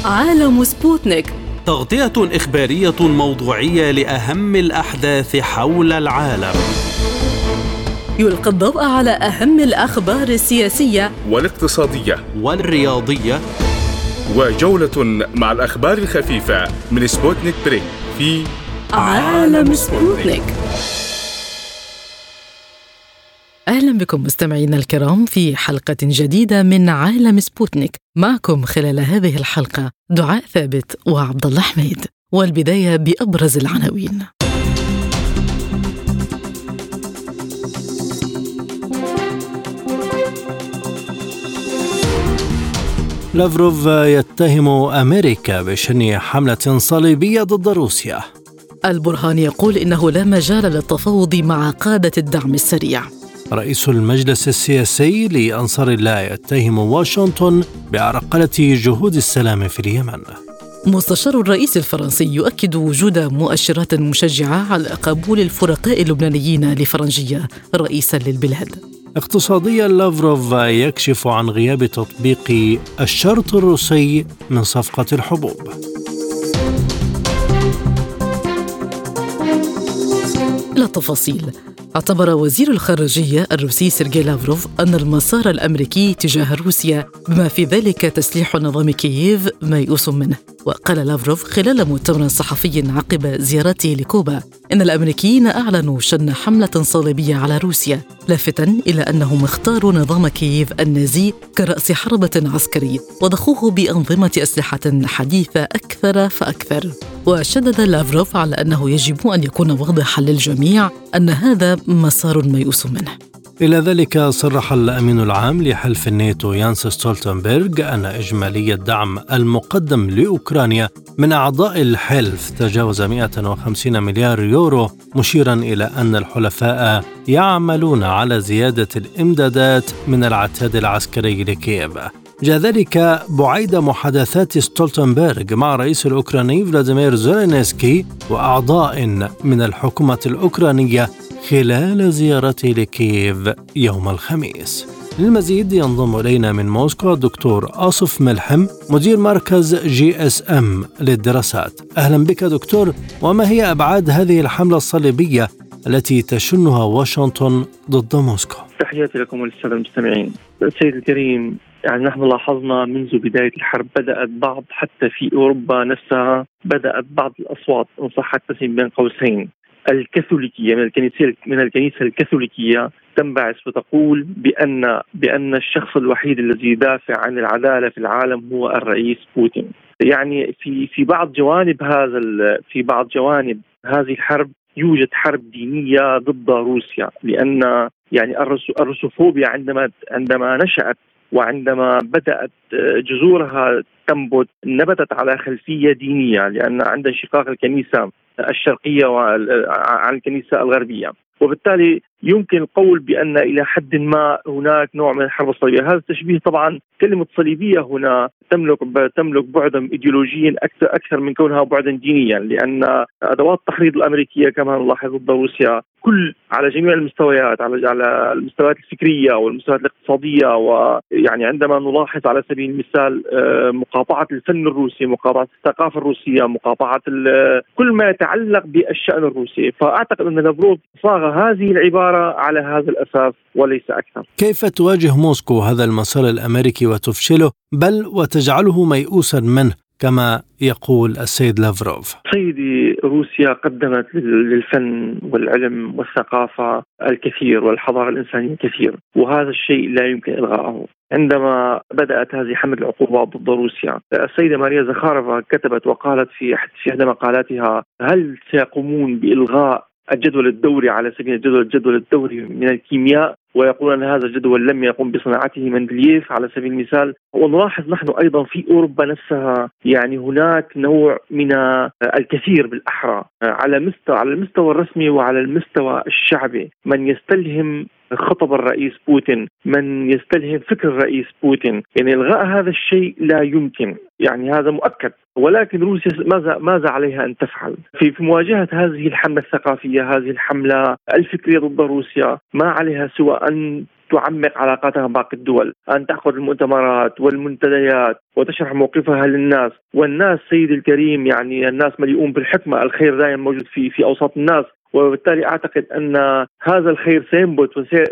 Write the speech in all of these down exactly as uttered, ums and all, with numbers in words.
عالم سبوتنيك، تغطية إخبارية موضوعية لأهم الأحداث حول العالم. يلقي الضوء على أهم الأخبار السياسية والاقتصادية والرياضية، وجولة مع الأخبار الخفيفة من سبوتنيك بريك في عالم سبوتنيك. أهلا بكم مستمعينا الكرام في حلقة جديدة من عالم سبوتنيك. معكم خلال هذه الحلقة دعاء ثابت وعبد الله حميد، والبداية بأبرز العناوين. لافروف يتهم أمريكا بشن حملة صليبية ضد روسيا. البرهان يقول إنه لا مجال للتفاوض مع قادة الدعم السريع. رئيس المجلس السياسي لأنصار الله يتهم واشنطن بعرقلة جهود السلام في اليمن. مستشار الرئيس الفرنسي يؤكد وجود مؤشرات مشجعة على قبول الفرقاء اللبنانيين لفرنجية رئيسا للبلاد. اقتصاديا، لافروف يكشف عن غياب تطبيق الشرط الروسي من صفقة الحبوب. إلى التفاصيل. اعتبر وزير الخارجية الروسي سيرجي لافروف أن المسار الأمريكي تجاه روسيا بما في ذلك تسليح نظام كييف ميؤوس منه. وقال لافروف خلال مؤتمر صحفي عقب زيارته لكوبا إن الأمريكيين أعلنوا شن حملة صليبية على روسيا، لافتا إلى أنهم اختاروا نظام كييف النازي كرأس حربة عسكري وضخوه بأنظمة أسلحة حديثة أكثر فأكثر. وشدد لافروف على أنه يجب أن يكون واضحا للجميع أن هذا مسار ميؤوس منه. إلى ذلك صرح الأمين العام لحلف الناتو يانس ستولتنبرغ أن إجمالي الدعم المقدم لأوكرانيا من أعضاء الحلف تجاوز مئة وخمسين مليار يورو، مشيرا إلى أن الحلفاء يعملون على زيادة الإمدادات من العتاد العسكري لكييف. جاء ذلك بعيد محادثات ستولتنبرغ مع رئيس الأوكراني فلاديمير زيلينسكي وأعضاء من الحكومة الأوكرانية خلال زيارته لكييف يوم الخميس. للمزيد ينضم إلينا من موسكو الدكتور آصف ملحم، مدير مركز جي اس ام للدراسات. أهلا بك دكتور، وما هي أبعاد هذه الحملة الصليبية التي تشنها واشنطن ضد موسكو؟ تحياتي لكم وللسادة المستمعين. سيد الكريم، يعني نحن لاحظنا منذ بداية الحرب بدأت بعض حتى في أوروبا نفسها بدأت بعض الأصوات إن صح التسمية بين قوسين الكاثوليكية من الكنيسة من الكنيسة الكاثوليكية تنبعث وتقول بأن بأن الشخص الوحيد الذي يدافع عن العدالة في العالم هو الرئيس بوتين. يعني في في بعض جوانب هذا في بعض جوانب هذه الحرب يوجد حرب دينية ضد روسيا، لأن يعني الروسوفوبيا عندما عندما نشأت وعندما بدأت جذورها تنبت نبتت على خلفية دينية، لأن عند انشقاق الكنيسة الشرقية عن الكنيسة الغربية، وبالتالي يمكن القول بأن إلى حد ما هناك نوع من الحرب الصليبية. هذا التشبيه طبعا كلمة صليبية هنا تملك تملك بعدا إيديولوجيا أكثر أكثر من كونها بعدا دينيا، لأن أدوات التحريض الأمريكية كما نلاحظ ضد روسيا كل على جميع المستويات، على على المستويات الفكرية والمستويات الاقتصادية، ويعني عندما نلاحظ على سبيل المثال مقاطعة الفن الروسي، مقاطعة الثقافة الروسية، مقاطعة كل ما يتعلق بالشأن الروسي. فأعتقد أن لافروف صاغ هذه العبارة على هذا الأساس وليس أكثر. كيف تواجه موسكو هذا المسار الأمريكي وتفشله بل وتجعله ميؤوسا منه كما يقول السيد لافروف؟ سيدي، روسيا قدمت للفن والعلم والثقافة الكثير والحضارة الإنسانية الكثير، وهذا الشيء لا يمكن إلغائه. عندما بدأت هذه حملة العقوبات ضد روسيا، السيدة ماريا زخارفا كتبت وقالت في في إحدى مقالاتها: هل سيقومون بإلغاء الجدول الدوري على سبيل الجدول الجدول الدوري من الكيمياء، ويقول أن هذا الجدول لم يقم بصناعته مندلييف على سبيل المثال. ونلاحظ نحن أيضا في أوروبا نفسها يعني هناك نوع من الكثير بالأحرى على مستوى على المستوى الرسمي وعلى المستوى الشعبي من يستلهم خطب الرئيس بوتين، من يستلهم فكر الرئيس بوتين. يعني إلغاء هذا الشيء لا يمكن، يعني هذا مؤكد. ولكن روسيا ماذا ماذا عليها أن تفعل في في مواجهة هذه الحملة الثقافية، هذه الحملة الفكرية ضد روسيا؟ ما عليها سوى أن تعمق علاقاتها مع باقي الدول، أن تأخذ المؤتمرات والمنتديات وتشرح موقفها للناس. والناس سيد الكريم يعني الناس مليئون بالحكمة، الخير دائما موجود في في أوساط الناس، وبالتالي أعتقد أن هذا الخير سينبت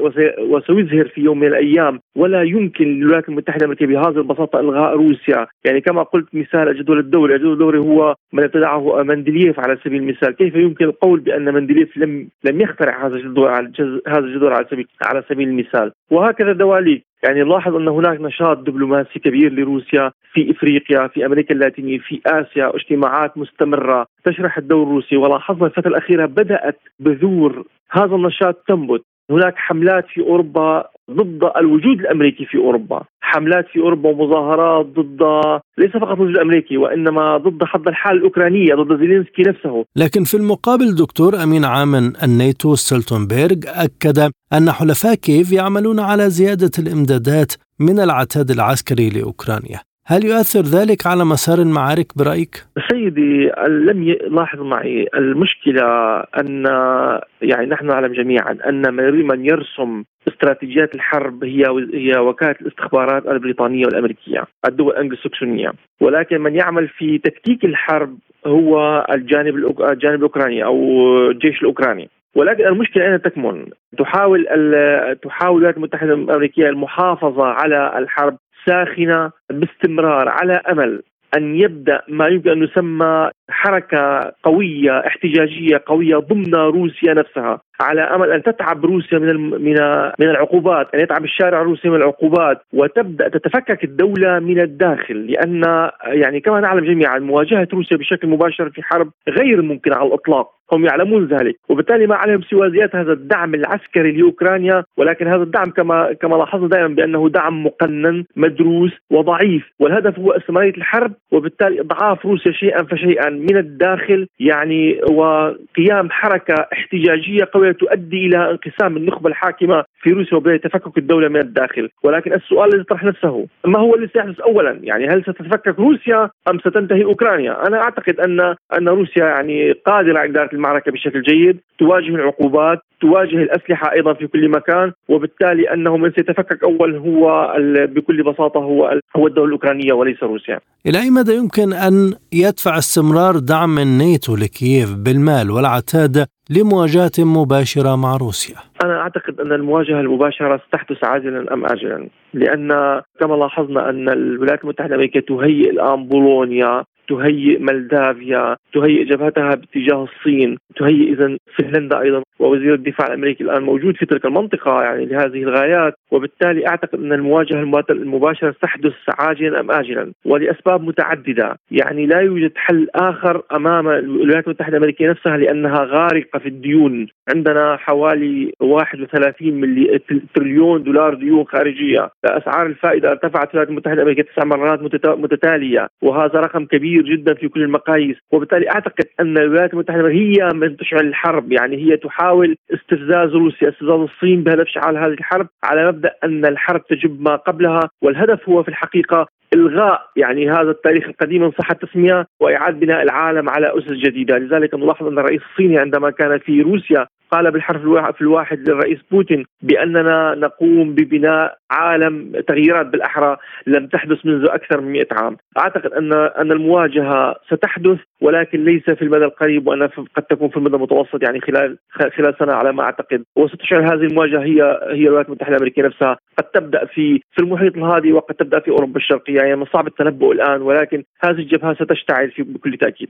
وسيزهر في يوم من الأيام. ولا يمكن للولايات المتحدة الأمريكية بهذه البساطة إلغاء روسيا. يعني كما قلت مثال الجدول الدوري، الجدول الدوري هو من ابتدعه مندليف على سبيل المثال. كيف يمكن القول بأن مندليف لم لم يخترع هذا الجدول هذا الجدول على سبيل على سبيل المثال؟ وهكذا دواليك. يعني نلاحظ أن هناك نشاط دبلوماسي كبير لروسيا في إفريقيا، في أمريكا اللاتينية، في آسيا، اجتماعات مستمرة تشرح الدور الروسي. ولاحظنا الفترة الأخيرة بدأت بذور هذا النشاط تنبت. هناك حملات في أوروبا ضد الوجود الأمريكي في أوروبا، حملات في أوروبا ومظاهرات ضد ليس فقط الوجود الأمريكي وإنما ضد حظ الحالة الأوكرانية، ضد زيلينسكي نفسه. لكن في المقابل دكتور أمين عام الناتو ستولتنبرغ أكد أن حلفاء كييف يعملون على زيادة الإمدادات من العتاد العسكري لأوكرانيا. هل يؤثر ذلك على مسار المعارك برأيك؟ سيدي لم يلاحظ معي المشكلة أن يعني نحن نعلم جميعا أن من يرسم استراتيجيات الحرب هي هي وكالة الاستخبارات البريطانية والأمريكية، الدول الأنجلوساكسونية، ولكن من يعمل في تكتيك الحرب هو الجانب الجانب الأوكراني أو الجيش الأوكراني. ولكن المشكلة أين تكمن؟ تحاول تحاول الولايات المتحدة الأمريكية المحافظة على الحرب ساخنة باستمرار على أمل أن يبدأ ما يمكن أن يسمى حركة قوية احتجاجية قوية ضمن روسيا نفسها، على أمل أن تتعب روسيا من من من العقوبات، أن يتعب الشارع الروسي من العقوبات وتبدأ تتفكك الدولة من الداخل. لأن يعني كما نعلم جميعا مواجهة روسيا بشكل مباشر في حرب غير ممكنة على الإطلاق، هم يعلمون ذلك، وبالتالي ما عليهم سوى زيادة هذا الدعم العسكري لأوكرانيا. ولكن هذا الدعم كما كما لاحظنا دائما بأنه دعم مقنن مدروس وضعيف، والهدف هو استمرارية الحرب وبالتالي إضعاف روسيا شيئا فشيئا من الداخل، يعني وقيام حركة احتجاجية قوية تؤدي إلى انقسام النخبة الحاكمة في روسيا وبداية تفكك الدولة من الداخل. ولكن السؤال الذي يطرح نفسه ما هو الذي سيحدث أولا؟ يعني هل ستتفكك روسيا أم ستنتهي أوكرانيا؟ أنا أعتقد أن أن روسيا يعني قادرة على إدارة المعركة بشكل جيد، تواجه العقوبات، تواجه الأسلحة أيضا في كل مكان، وبالتالي أنه من سيتفكك أول هو بكل بساطة هو هو الدولة الأوكرانية وليس روسيا. إلى أي مدى يمكن أن يدفع استمرار دعم الناتو لكييف بالمال والعتاد لمواجهة مباشرة مع روسيا؟ أنا أعتقد أن المواجهة المباشرة ستحدث عاجلا أم آجلا، لأن كما لاحظنا أن الولايات المتحدة الأمريكية تهيئ الآن بولونيا، تهيئ مولدافيا، تهيئ جبهتها باتجاه الصين، تهيئ إذن فنلندا أيضا، ووزير الدفاع الأمريكي الآن موجود في تلك المنطقة يعني لهذه الغايات. وبالتالي أعتقد أن المواجهة المباشرة ستحدث عاجلا أم آجلا ولأسباب متعددة. يعني لا يوجد حل آخر أمام الولايات المتحدة الأمريكية نفسها لأنها غارقة في الديون. عندنا حوالي واحد وثلاثين تريليون دولار ديون خارجية، أسعار الفائدة ارتفعت في الولايات المتحدة الأمريكية تسع مرات متتالية، وهذا رقم كبير جدا في كل المقاييس. وبالتالي أعتقد أن الولايات المتحدة هي من تشعل الحرب، يعني هي تحاول استفزاز روسيا، استفزاز الصين بهدف إشعال هذه الحرب، على مبدأ أن الحرب تجب ما قبلها. والهدف هو في الحقيقة إلغاء يعني هذا التاريخ القديم إن صح التسمية وإعادة بناء العالم على أسس جديدة. لذلك نلاحظ أن الرئيس الصيني عندما كان في روسيا قال بالحرف في الواحد للرئيس بوتين بأننا نقوم ببناء عالم تغييرات بالأحرى لم تحدث منذ أكثر من مئة عام. أعتقد أن أن المواجهة ستحدث ولكن ليس في المدى القريب، وأن قد تكون في المدى المتوسط يعني خلال خلال سنة على ما أعتقد. وستشعر هذه المواجهة هي هي الولايات المتحدة الأمريكية نفسها، قد تبدأ في في المحيط الهادي وقد تبدأ في أوروبا الشرقية، يعني من صعب التنبؤ الآن، ولكن هذه الجبهة ستشتعل في بكل تأكيد.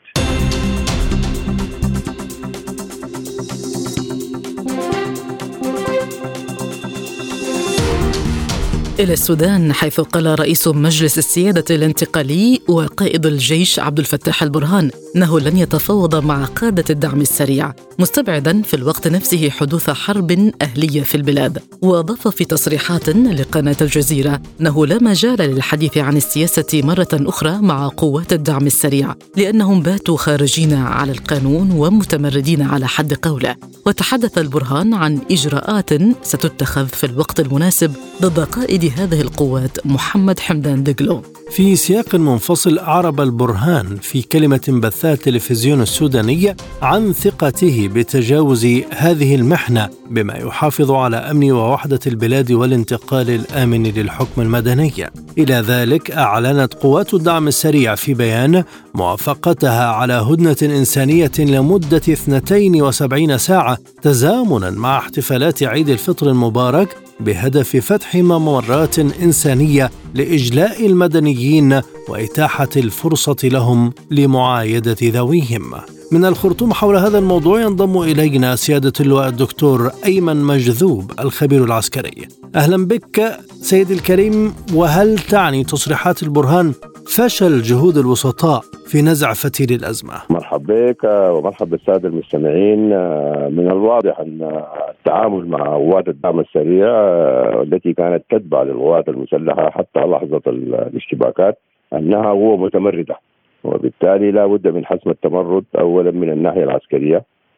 إلى السودان، حيث قال رئيس مجلس السيادة الانتقالي وقائد الجيش عبد الفتاح البرهان أنه لن يتفاوض مع قادة الدعم السريع، مستبعدا في الوقت نفسه حدوث حرب أهلية في البلاد. وأضاف في تصريحات لقناة الجزيرة أنه لا مجال للحديث عن السياسة مرة أخرى مع قوات الدعم السريع لأنهم باتوا خارجين على القانون ومتمردين على حد قوله. وتحدث البرهان عن إجراءات ستتخذ في الوقت المناسب ضد قائد قائد هذه القوات محمد حمدان دقلو. في سياق منفصل أعرب البرهان في كلمة بثها التلفزيون السوداني عن ثقته بتجاوز هذه المحنة بما يحافظ على أمن ووحدة البلاد والانتقال الآمن للحكم المدني. إلى ذلك أعلنت قوات الدعم السريع في بيان موافقتها على هدنة إنسانية لمدة اثنتين وسبعين ساعة تزامنا مع احتفالات عيد الفطر المبارك بهدف فتح ممرات إنسانية لإجلاء المدنيين وإتاحة الفرصة لهم لمعايدة ذويهم. من الخرطوم حول هذا الموضوع ينضم إلينا سيادة اللواء الدكتور أيمن مجذوب الخبير العسكري. أهلا بك سيد الكريم. وهل تعني تصريحات البرهان فشل جهود الوسطاء في نزع فتيل الأزمة؟ مرحبا بك ومرحبا بالسادة المستمعين. من الواضح أن التعامل مع قوات الدعم السريع التي كانت تتبع للقوات المسلحة حتى لحظة الاشتباكات أنها قوة متمردة، وبالتالي لا بد من حسم التمرد أولا من الناحية العسكرية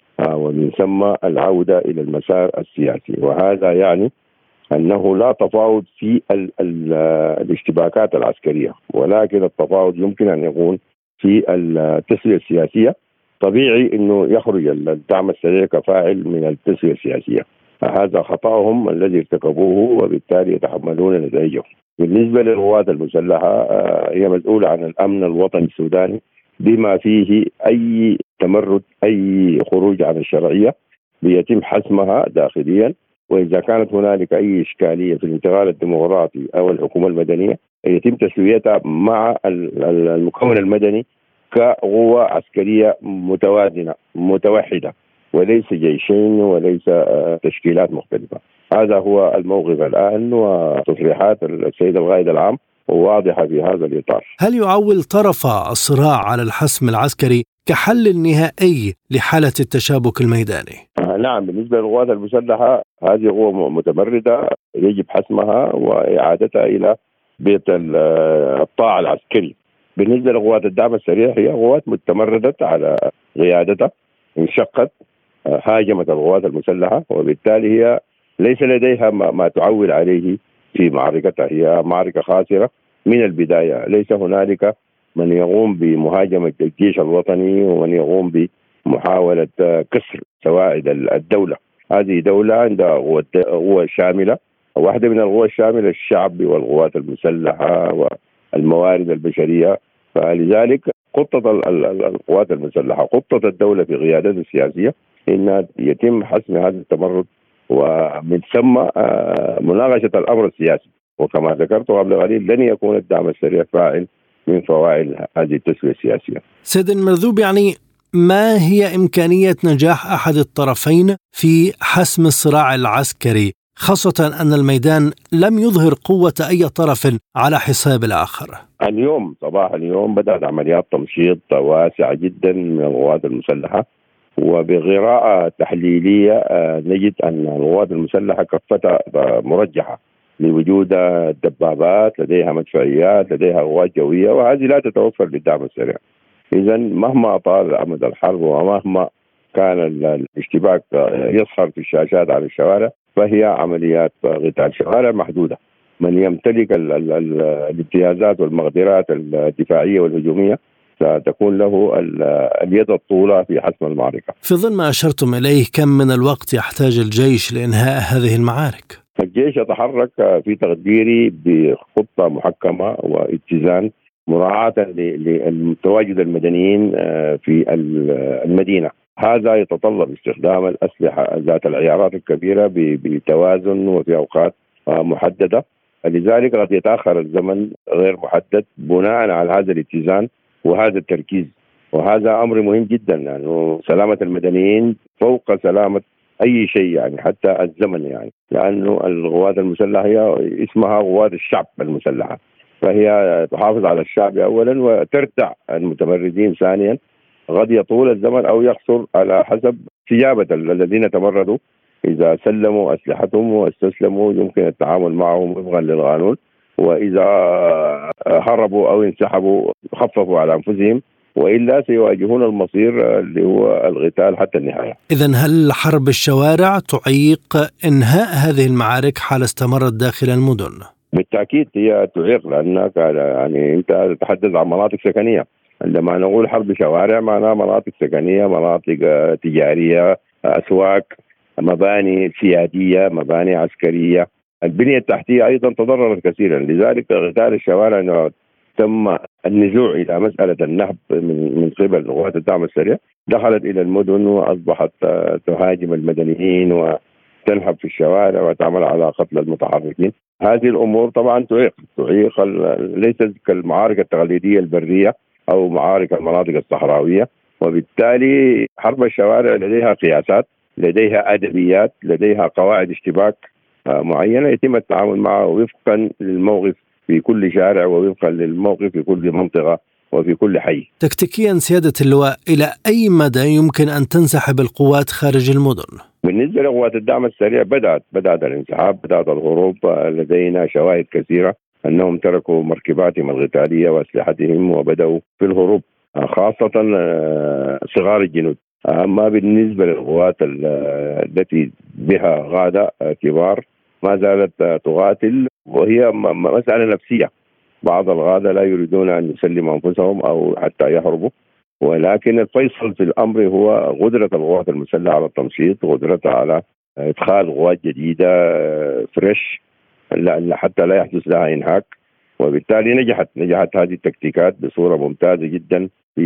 ومن ثم العودة إلى المسار السياسي. وهذا يعني أنه لا تفاوض في ال ال الاشتباكات العسكرية، ولكن التفاوض يمكن أن يكون في التسوية السياسية. طبيعي أنه يخرج الدعم السريع كفاعل من التسوية السياسية. هذا خطأهم الذي ارتكبوه وبالتالي يتحملون نتائجه. بالنسبة للقوات المسلحة هي مسؤولة عن الأمن الوطني السوداني بما فيه أي تمرد أي خروج عن الشرعية بيتم حسمها داخليا، وإذا كانت هنالك أي إشكالية في الانتقال الديمقراطي أو الحكومة المدنية يتم تسويتها مع المكون المدني كقوة عسكرية متوازنة متوحدة، وليس جيشين وليس تشكيلات مختلفة. هذا هو الموقف الآن، وتصريحات السيد القائد العام واضحة في هذا الإطار. هل يعول طرف الصراع على الحسم العسكري كحل نهائي لحالة التشابك الميداني؟ آه نعم، بالنسبة للقوات المسلحة هذه قوة متمردة يجب حسمها وإعادتها إلى بيت الطاعة العسكري. بالنسبة لقوات الدعم السريع هي قوات متمردة على قيادتها، انشقت هاجمت القوات المسلحة، وبالتالي هي ليس لديها ما, ما تعول عليه في معركتها. هي معركة خاسرة من البداية. ليس هنالك من يقوم بمهاجمة الجيش الوطني ومن يقوم بمحاولة كسر سواعد الدولة. هذه دولة عندها قوة شاملة، واحدة من القوى الشاملة الشعب والقوات المسلحة والموارد البشرية. فلذلك خطة القوات المسلحة خطة الدولة في قيادتها السياسية إن يتم حسم هذا التمرد ومن ثم مناقشة الأمر السياسي. وكما ذكرت قبل قليل لن يكون الدعم السريع فاعل من فواعل هذه التسوية السياسية. سيد المرذوب، يعني ما هي إمكانية نجاح أحد الطرفين في حسم الصراع العسكري، خاصة أن الميدان لم يظهر قوة أي طرف على حساب الآخر؟ اليوم صباح اليوم بدأت عمليات تمشيط واسعة جدا من القوات المسلحة، وبقراءة تحليلية نجد أن القوات المسلحة كفتها مرجحة لوجود دبابات، لديها مدفعيات، لديها قوات جوية، وهذه لا تتوفر للدعم السريع. إذا مهما طال أمد الحرب ومهما كان الاشتباك يظهر في الشاشات على الشوارع فهي عمليات قتال شوارع محدودة. من يمتلك ال ال ال الامتيازات والمقدرات الدفاعية والهجومية ستكون له اليد الطولة في حسم المعركة. في ظل ما أشرتم إليه، كم من الوقت يحتاج الجيش لإنهاء هذه المعارك؟ الجيش يتحرك في تقديري بخطة محكمة واتزان مراعاة للتواجد المدنيين في المدينة. هذا يتطلب استخدام الأسلحة ذات العيارات الكبيرة بتوازن وفي أوقات محددة، لذلك قد يتأخر الزمن غير محدد بناء على هذا الاتزان وهذا التركيز. وهذا أمر مهم جدا، يعني سلامة المدنيين فوق سلامة أي شيء، يعني حتى الزمن، يعني لأنه القوات المسلحة هي اسمها قوات الشعب المسلحة، فهي تحافظ على الشعب أولا وتردع المتمردين ثانيا. قد يطول الزمن أو يقصر على حسب استجابة الذين تمردوا. إذا سلموا أسلحتهم واستسلموا يمكن التعامل معهم وفقا للقانون، وإذا هربوا أو انسحبوا خففوا على أنفسهم، وإلا سيواجهون المصير اللي هو القتال حتى النهاية. إذن هل حرب الشوارع تعيق إنهاء هذه المعارك حال استمرت داخل المدن؟ بالتأكيد هي تعيق، لأنك يعني أنت تتحدث عن مناطق سكنية. عندما نقول حرب شوارع معناها مناطق سكنية، مناطق تجارية، أسواق، مباني سيادية، مباني عسكرية. البنية التحتية أيضا تضررت كثيرا. لذلك قتال الشوارع أنه تم النزوع إلى مسألة النهب من من قبل قوات الدعم السريع، دخلت إلى المدن وأصبحت تهاجم المدنيين وتنهب في الشوارع وتعمل على قتل المتحركين. هذه الأمور طبعا تعيق تعيق ليست كالمعارك التقليدية البرية أو معارك المناطق الصحراوية. وبالتالي حرب الشوارع لديها قياسات، لديها أدبيات، لديها قواعد اشتباك معينة يتم التعامل معها وفقا للموقف في كل شارع ووفقا للموقف في كل منطقة وفي كل حي. تكتيكيا سيادة اللواء، إلى أي مدى يمكن أن تنسحب القوات خارج المدن؟ بالنسبة لقوات الدعم السريع بدأت بدأت الانسحاب، بدأت الهروب. لدينا شواهد كثيرة أنهم تركوا مركباتهم القتالية وأسلحتهم وبدأوا في الهروب، خاصة صغار الجنود. أما بالنسبة للقوات التي بها غادة كبار ما زالت تقاتل، وهي مسألة نفسية. بعض الغادة لا يريدون أن يسلموا أنفسهم أو حتى يهربوا، ولكن الفيصل في الأمر هو قدرة القوات المسلحة على التنشيط، قدرتها على إدخال قوات جديدة فريش حتى لا يحدث لها إنهاك. وبالتالي نجحت نجحت هذه التكتيكات بصورة ممتازة جدا. في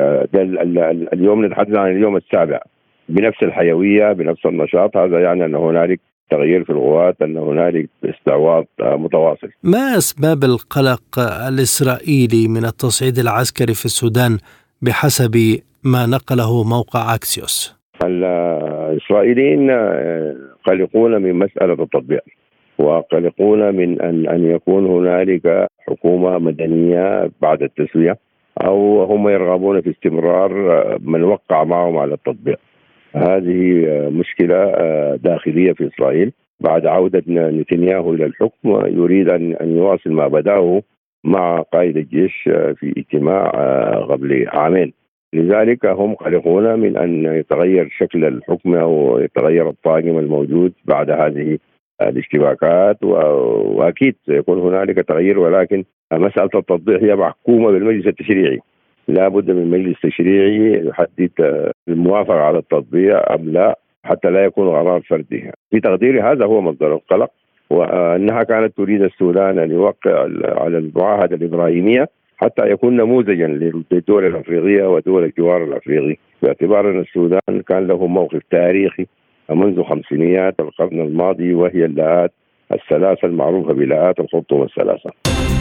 اليوم نتحدث عن اليوم السابع بنفس الحيوية بنفس النشاط. هذا يعني أن هنالك تغيير في القوات، أن هنالك استعواض متواصل. ما أسباب القلق الإسرائيلي من التصعيد العسكري في السودان بحسب ما نقله موقع أكسيوس؟ الإسرائيليين قلقون من مسألة التطبيع، وقلقون من أن أن يكون هنالك حكومة مدنية بعد التسوية، أو هم يرغبون في استمرار من وقع معهم على التطبيع. هذه مشكلة داخلية في إسرائيل. بعد عودة نتنياهو إلى الحكم يريد أن أن يواصل ما بدأه مع قائد الجيش في اجتماع قبل عامين. لذلك هم قلقون من أن يتغير شكل الحكم أو يتغير الطاقم الموجود بعد هذه الاشتباكات، وأكيد سيكون هنالك تغيير. ولكن مسألة التطبيع هي محكومة بالمجلس التشريعي، لا بد من مجلس تشريعي يحدد الموافقة على التطبيع أم لا، حتى لا يكون قرار فردي. في تقديري هذا هو مصدر القلق، وأنها كانت تريد السودان أن يوقع على المعاهدة الإبراهيمية حتى يكون نموذجا للدول الأفريقية ودول الجوار الأفريقي، باعتبار أن السودان كان له موقف تاريخي منذ خمسينيات القرن الماضي، وهي اللاءات الثلاثة المعروفة بلاءات الخرطوم الثلاثة.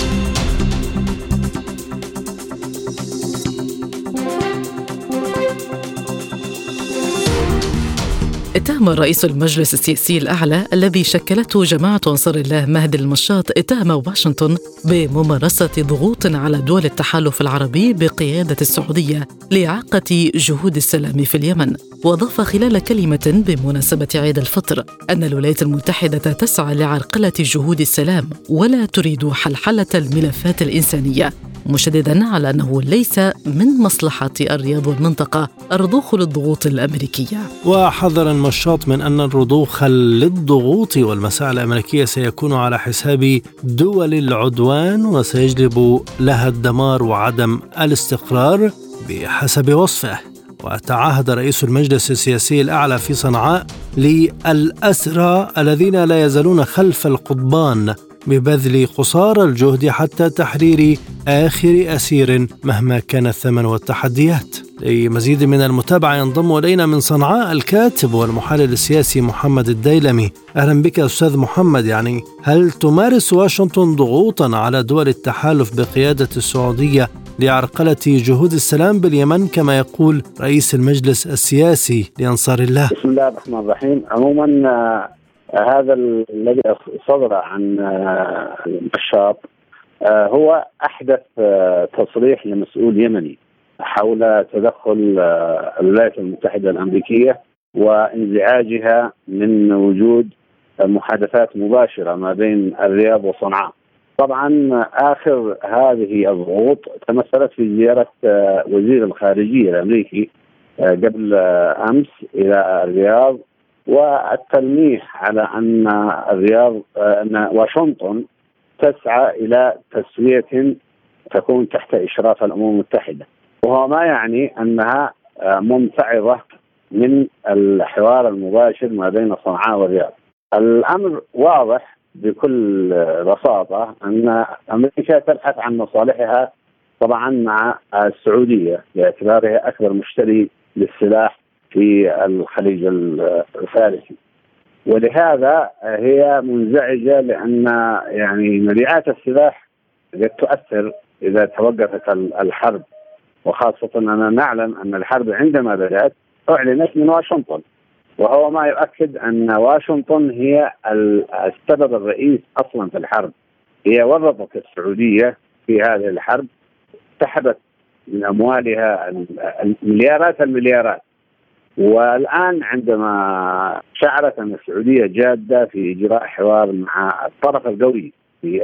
اتهم رئيس المجلس السياسي الأعلى الذي شكلته جماعة أنصار الله مهدي المشاط اتهم واشنطن بممارسة ضغوط على دول التحالف العربي بقيادة السعودية لإعاقة جهود السلام في اليمن. وأضاف خلال كلمة بمناسبة عيد الفطر أن الولايات المتحدة تسعى لعرقلة جهود السلام ولا تريد حلحلة الملفات الإنسانية، مشددا على أنه ليس من مصلحة الرياض والمنطقة الرضوخ للضغوط الأمريكية. وحذر المشاط من أن الرضوخ للضغوط والمساعي الأمريكية سيكون على حساب دول العدوان وسيجلب لها الدمار وعدم الاستقرار بحسب وصفه. وتعهد رئيس المجلس السياسي الأعلى في صنعاء للأسرى الذين لا يزالون خلف القضبان ببذل قصارى الجهد حتى تحرير آخر أسير مهما كان الثمن والتحديات. لمزيد من المتابعة ينضم إلينا من صنعاء الكاتب والمحلل السياسي محمد الديلمي. أهلا بك أستاذ محمد. يعني هل تمارس واشنطن ضغوطا على دول التحالف بقيادة السعودية لعرقلة جهود السلام باليمن كما يقول رئيس المجلس السياسي لأنصار الله؟ بسم الله الرحمن الرحيم. عموما هذا الذي صدر عن النشاط هو أحدث تصريح لمسؤول يمني حول تدخل الولايات المتحدة الأمريكية وانزعاجها من وجود محادثات مباشرة ما بين الرياض وصنعاء. طبعا آخر هذه الضغوط تمثلت في زيارة وزير الخارجية الأمريكي قبل أمس إلى الرياض، والتلميح على أن الرياض أن واشنطن تسعى إلى تسوية تكون تحت إشراف الأمم المتحدة، وهو ما يعني أنها ممتعضة من الحوار المباشر ما بين صنعاء والرياض. الأمر واضح بكل بساطة أن أمريكا تبحث عن مصالحها طبعا مع السعودية باعتبارها أكبر مشتري للسلاح في الخليج الفارسي، ولهذا هي منزعجة لأن يعني مبيعات السلاح قد تؤثر إذا توقفت الحرب، وخاصة أننا نعلم أن الحرب عندما بدأت أعلنت من واشنطن، وهو ما يؤكد أن واشنطن هي السبب الرئيس أصلا في الحرب. هي ورطت السعودية في هذه الحرب، سحبت من أموالها المليارات المليارات، والآن عندما شعرت أن السعودية جادة في إجراء حوار مع الطرف القوي في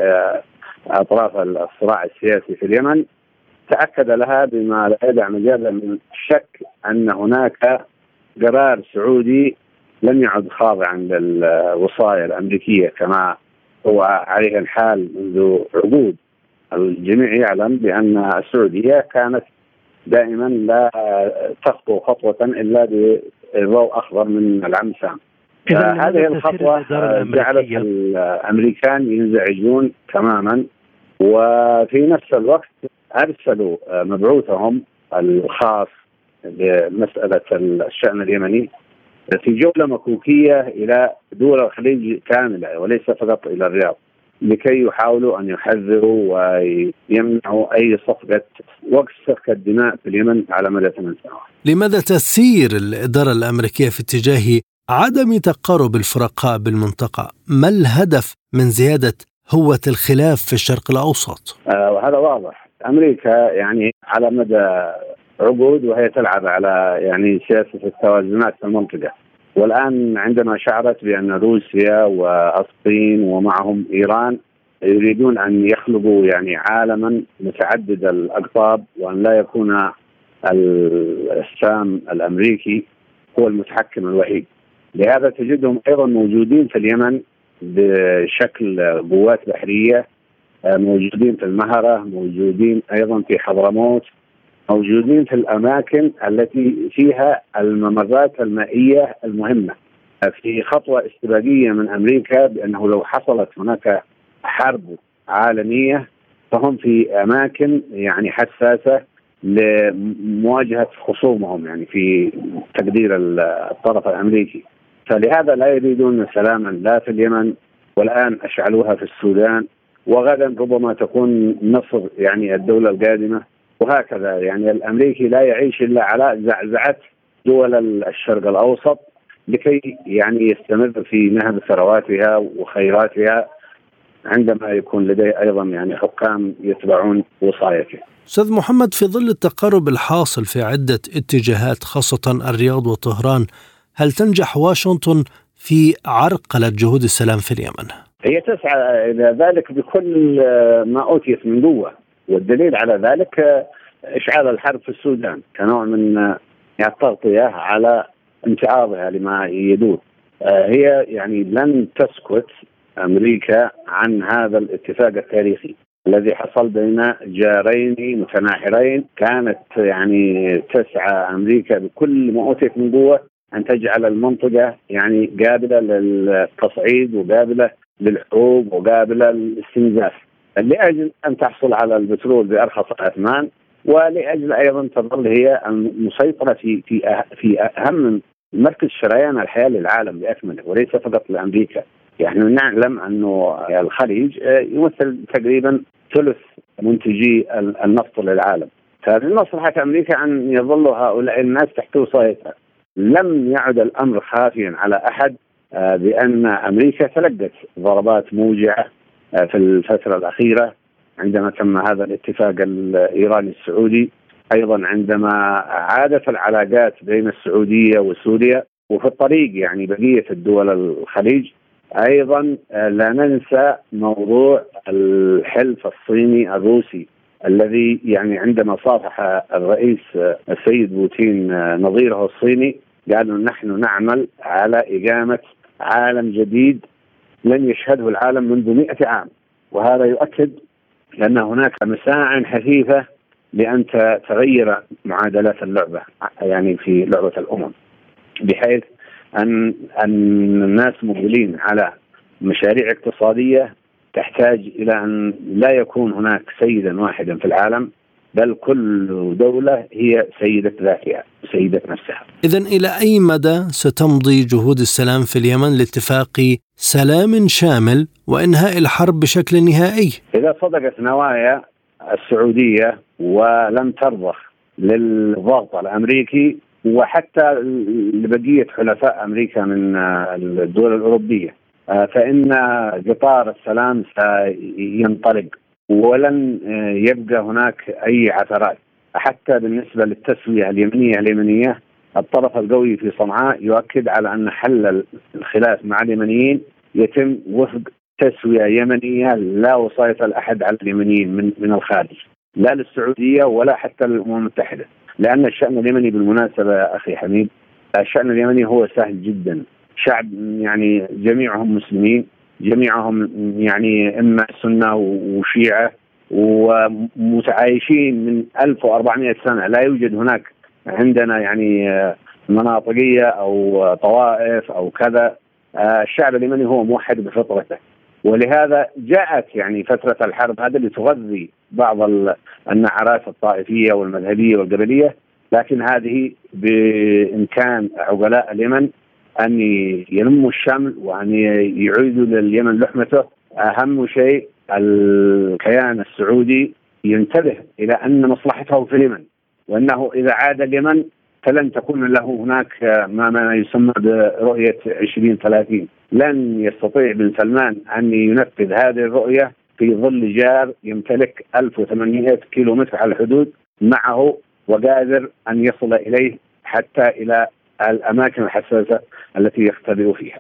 أطراف الصراع السياسي في اليمن، تأكد لها بما لا يدع مجال من الشك أن هناك قرار سعودي لم يعد خاضعا للوصايا الأمريكية كما هو عليه الحال منذ عقود. الجميع يعلم بأن السعودية كانت دائما لا تخطو خطوة إلا بضوء أخضر من العم سام. هذه الخطوة جعلت الأمريكان ينزعجون تماما، وفي نفس الوقت أرسلوا مبعوثهم الخاص بمسألة الشأن اليمني في جولة مكوكية إلى دول الخليج كاملة وليس فقط إلى الرياض، لكي يحاولوا أن يحذروا ويمنعوا أي صفقة وقف سفك الدماء في اليمن على مدى ثمان سنوات. لماذا تسير الإدارة الأمريكية في اتجاه عدم تقارب الفرقاء بالمنطقة؟ ما الهدف من زيادة هوة الخلاف في الشرق الأوسط؟ آه وهذا واضح. أمريكا يعني على مدى عقود وهي تلعب على يعني سياسة التوازنات في المنطقة، والآن عندما شعرت بأن روسيا والصين ومعهم إيران يريدون أن يخلقوا يعني عالما متعدد الأقطاب، وأن لا يكون السام الأمريكي هو المتحكم الوحيد، لهذا تجدهم أيضا موجودين في اليمن بشكل قوات بحرية، موجودين في المهرة، موجودين أيضا في حضرموت، موجودين في الأماكن التي فيها الممرات المائية المهمة، في خطوة استباقية من أمريكا بأنه لو حصلت هناك حرب عالمية فهم في أماكن يعني حساسة لمواجهة خصومهم يعني في تقدير الطرف الأمريكي. فلهذا لا يريدون سلاما لا في اليمن، والآن أشعلوها في السودان، وغدا ربما تكون مصر يعني الدولة القادمة، وهكذا. يعني الأمريكي لا يعيش إلا على زعزعة دول الشرق الأوسط لكي يعني يستمر في نهب ثرواتها وخيراتها عندما يكون لديه أيضا يعني حكام يتبعون وصايته. أستاذ محمد، في ظل التقارب الحاصل في عدة اتجاهات خاصة الرياض وطهران، هل تنجح واشنطن في عرقلة جهود السلام في اليمن؟ هي تسعى إلى ذلك بكل ما أوتيت من قوة، والدليل على ذلك إشعال الحرب في السودان كنوع من التغطية على امتعاضها لما يدور. هي يعني لن تسكت أمريكا عن هذا الاتفاق التاريخي الذي حصل بين جارين متناحرين. كانت يعني تسعى أمريكا بكل ما أوتيت من قوة أن تجعل المنطقة يعني قابلة للتصعيد وقابلة للحروب وقابلة للاستنزاف، لأجل أن تحصل على البترول بأرخص الأثمان، ولأجل أيضا تظل هي المسيطرة في في في أهم مركز شريان الحياة للعالم بأكمله وليس فقط لأمريكا. يعني نعلم أنه الخليج يمثل تقريبا ثلث منتجي النفط للعالم، فمن مصلحة أمريكا أن يظلوا هؤلاء الناس تحت وصايتها. لم يعد الأمر خافيا على أحد بأن أمريكا تلقت ضربات موجعة في الفترة الأخيرة عندما تم هذا الاتفاق الإيراني السعودي، أيضا عندما عادت العلاقات بين السعودية وسوريا، وفي الطريق يعني بقية الدول الخليج. أيضا لا ننسى موضوع الحلف الصيني الروسي الذي يعني عندما صافح الرئيس السيد بوتين نظيره الصيني قالوا نحن نعمل على إقامة عالم جديد لن يشهده العالم منذ مئة عام، وهذا يؤكد أن هناك مساع حثيثة لأن تغير معادلات اللعبة، يعني في لعبة الأمم، بحيث أن أن الناس مقبلين على مشاريع اقتصادية تحتاج إلى أن لا يكون هناك سيدا واحدا في العالم، بل كل دولة هي سيدة ذاتها، سيدة نفسها. إذن إلى أي مدى ستمضي جهود السلام في اليمن لاتفاق سلام شامل وإنهاء الحرب بشكل نهائي؟ إذا صدقت نوايا السعودية ولم ترضخ للضغط الأمريكي وحتى لبقية حلفاء أمريكا من الدول الأوروبية، فإن قطار السلام سينطلق ولن يبقى هناك أي عثرات. حتى بالنسبة للتسوية اليمنية اليمنية الطرف القوي في صنعاء يؤكد على أن حل الخلاف مع اليمنيين يتم وفق تسوية يمنية لا وصاية الأحد على اليمنيين من من الخارج، لا للسعودية ولا حتى للأمم المتحدة. لأن الشأن اليمني بالمناسبة يا أخي حميد، الشأن اليمني هو سهل جدا. شعب يعني جميعهم مسلمين، جميعهم يعني إما سنة وشيعة ومتعايشين من ألف وأربعمائة سنة. لا يوجد هناك عندنا يعني مناطقية أو طوائف أو كذا. الشعب اليمني هو موحد بفطرته، ولهذا جاءت يعني فترة الحرب هذا لتغذي بعض النعرات الطائفية والمذهبية والقبلية، لكن هذه بإمكان عقلاء اليمن أن يلموا الشمل وأن يعيدوا لليمن لحمته. أهم شيء الكيان السعودي ينتبه إلى أن مصلحته في اليمن، وأنه إذا عاد اليمن فلن تكون له هناك ما ما يسمى برؤية عشرين ثلاثين. لن يستطيع بن سلمان أن ينفذ هذه الرؤية في ظل جار يمتلك ألف وثمانمائة كيلومتر على الحدود معه، وقادر أن يصل إليه حتى إلى الأماكن الحساسة التي يختبئ فيها.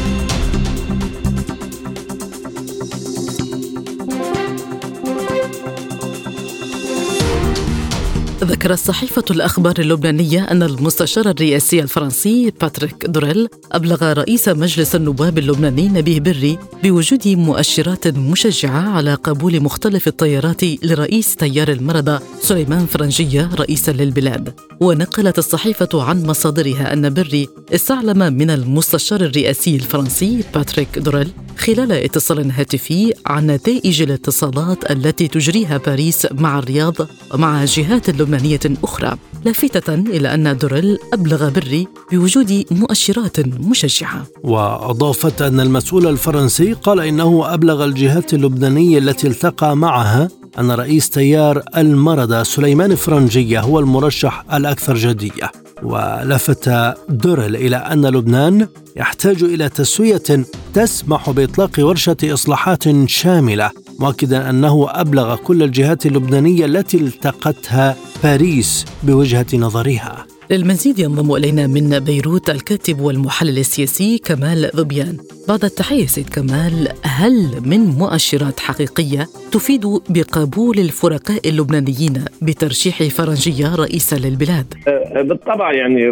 ذكرت صحيفة الأخبار اللبنانية أن المستشار الرئاسي الفرنسي باتريك دوريل أبلغ رئيس مجلس النواب اللبناني نبيه بري بوجود مؤشرات مشجعة على قبول مختلف التيارات لرئيس تيار المردة سليمان فرنجية رئيسا للبلاد. ونقلت الصحيفة عن مصادرها أن بري استعلم من المستشار الرئاسي الفرنسي باتريك دوريل خلال اتصال هاتفي عن نتائج الاتصالات التي تجريها باريس مع الرياض ومع جهات لبنانية أخرى، لافتة إلى أن دوريل أبلغ بري بوجود مؤشرات مشجعة. وأضافت أن المسؤول الفرنسي قال إنه أبلغ الجهات اللبنانية التي التقى معها أن رئيس تيار المردة سليمان فرنجية هو المرشح الأكثر جدية. ولفت دوريل إلى أن لبنان يحتاج إلى تسوية تسمح بإطلاق ورشة إصلاحات شاملة، مؤكدا أنه أبلغ كل الجهات اللبنانية التي التقتها باريس بوجهة نظرها. للمزيد ينضم إلينا من بيروت الكاتب والمحلل السياسي كمال ذبيان. بعد التحية سيد كمال، هل من مؤشرات حقيقية تفيد بقبول الفرقاء اللبنانيين بترشيح فرنجية رئيسا للبلاد؟ بالطبع يعني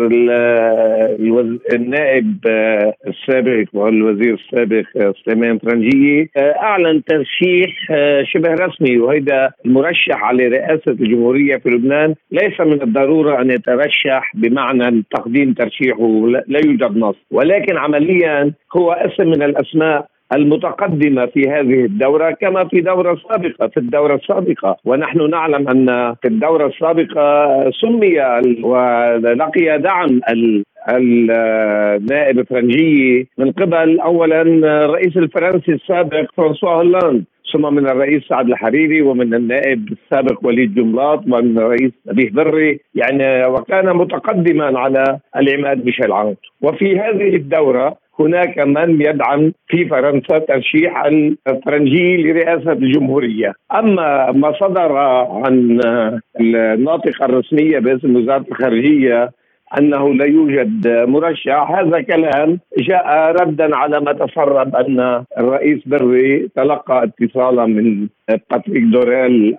النائب السابق والوزير السابق سليمان فرنجية أعلن ترشيح شبه رسمي، وهذا المرشح على رئاسة الجمهورية في لبنان ليس من الضرورة أن يترشح بمعنى تقديم ترشيحه، لا يوجد نص، ولكن عمليا هو اسم من الأسماء المتقدمة في هذه الدورة كما في دورة سابقة في الدورة السابقة. ونحن نعلم أن في الدورة السابقة سمي ولقي دعم النائب فرنجية من قبل أولا الرئيس الفرنسي السابق فرانسوا هولاند، ثم من الرئيس سعد الحريري، ومن النائب السابق وليد جملاط، ومن الرئيس نبيه بري، يعني وكان متقدما على العماد ميشيل عون. وفي هذه الدورة هناك من يدعم في فرنسا ترشيح الفرنجي لرئاسة الجمهورية. أما ما صدر عن الناطقة الرسمية باسم وزارة الخارجية أنه لا يوجد مرشح. هذا كلام جاء ردا على ما تسرب أن الرئيس بري تلقى اتصالا من باتريك دوريل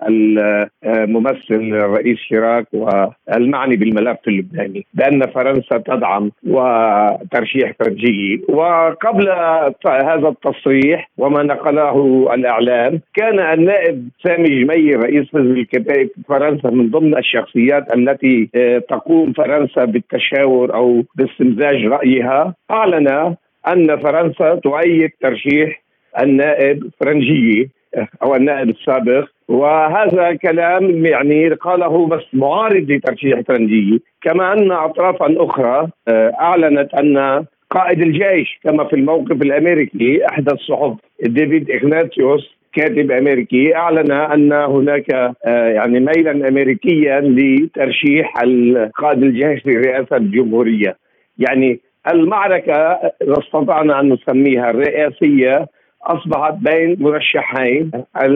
الممثل الرئيس شيراك والمعني بالملف اللبناني بأن فرنسا تدعم وترشيح فرنجي. وقبل هذا التصريح وما نقله الإعلام كان النائب سامي جميل رئيس حزب الكتائب في فرنسا من ضمن الشخصيات التي تقوم فرنسا بالتشاور أو باستمزاج رأيها، أعلن أن فرنسا تؤيد ترشيح النائب فرنجي أو النائب السابق. وهذا كلام يعني قاله بس معارض لترشيح فرنجي. كما أن أطرافا أخرى أعلنت أن قائد الجيش كما في الموقف الأمريكي، إحدى الصحف ديفيد إغناتيوس كاتب أمريكي أعلن أن هناك يعني ميلا أمريكيا لترشيح قائد الجيش لرئاسة الجمهورية. يعني المعركة استطعنا أن نسميها الرئاسية أصبحت بين مرشحين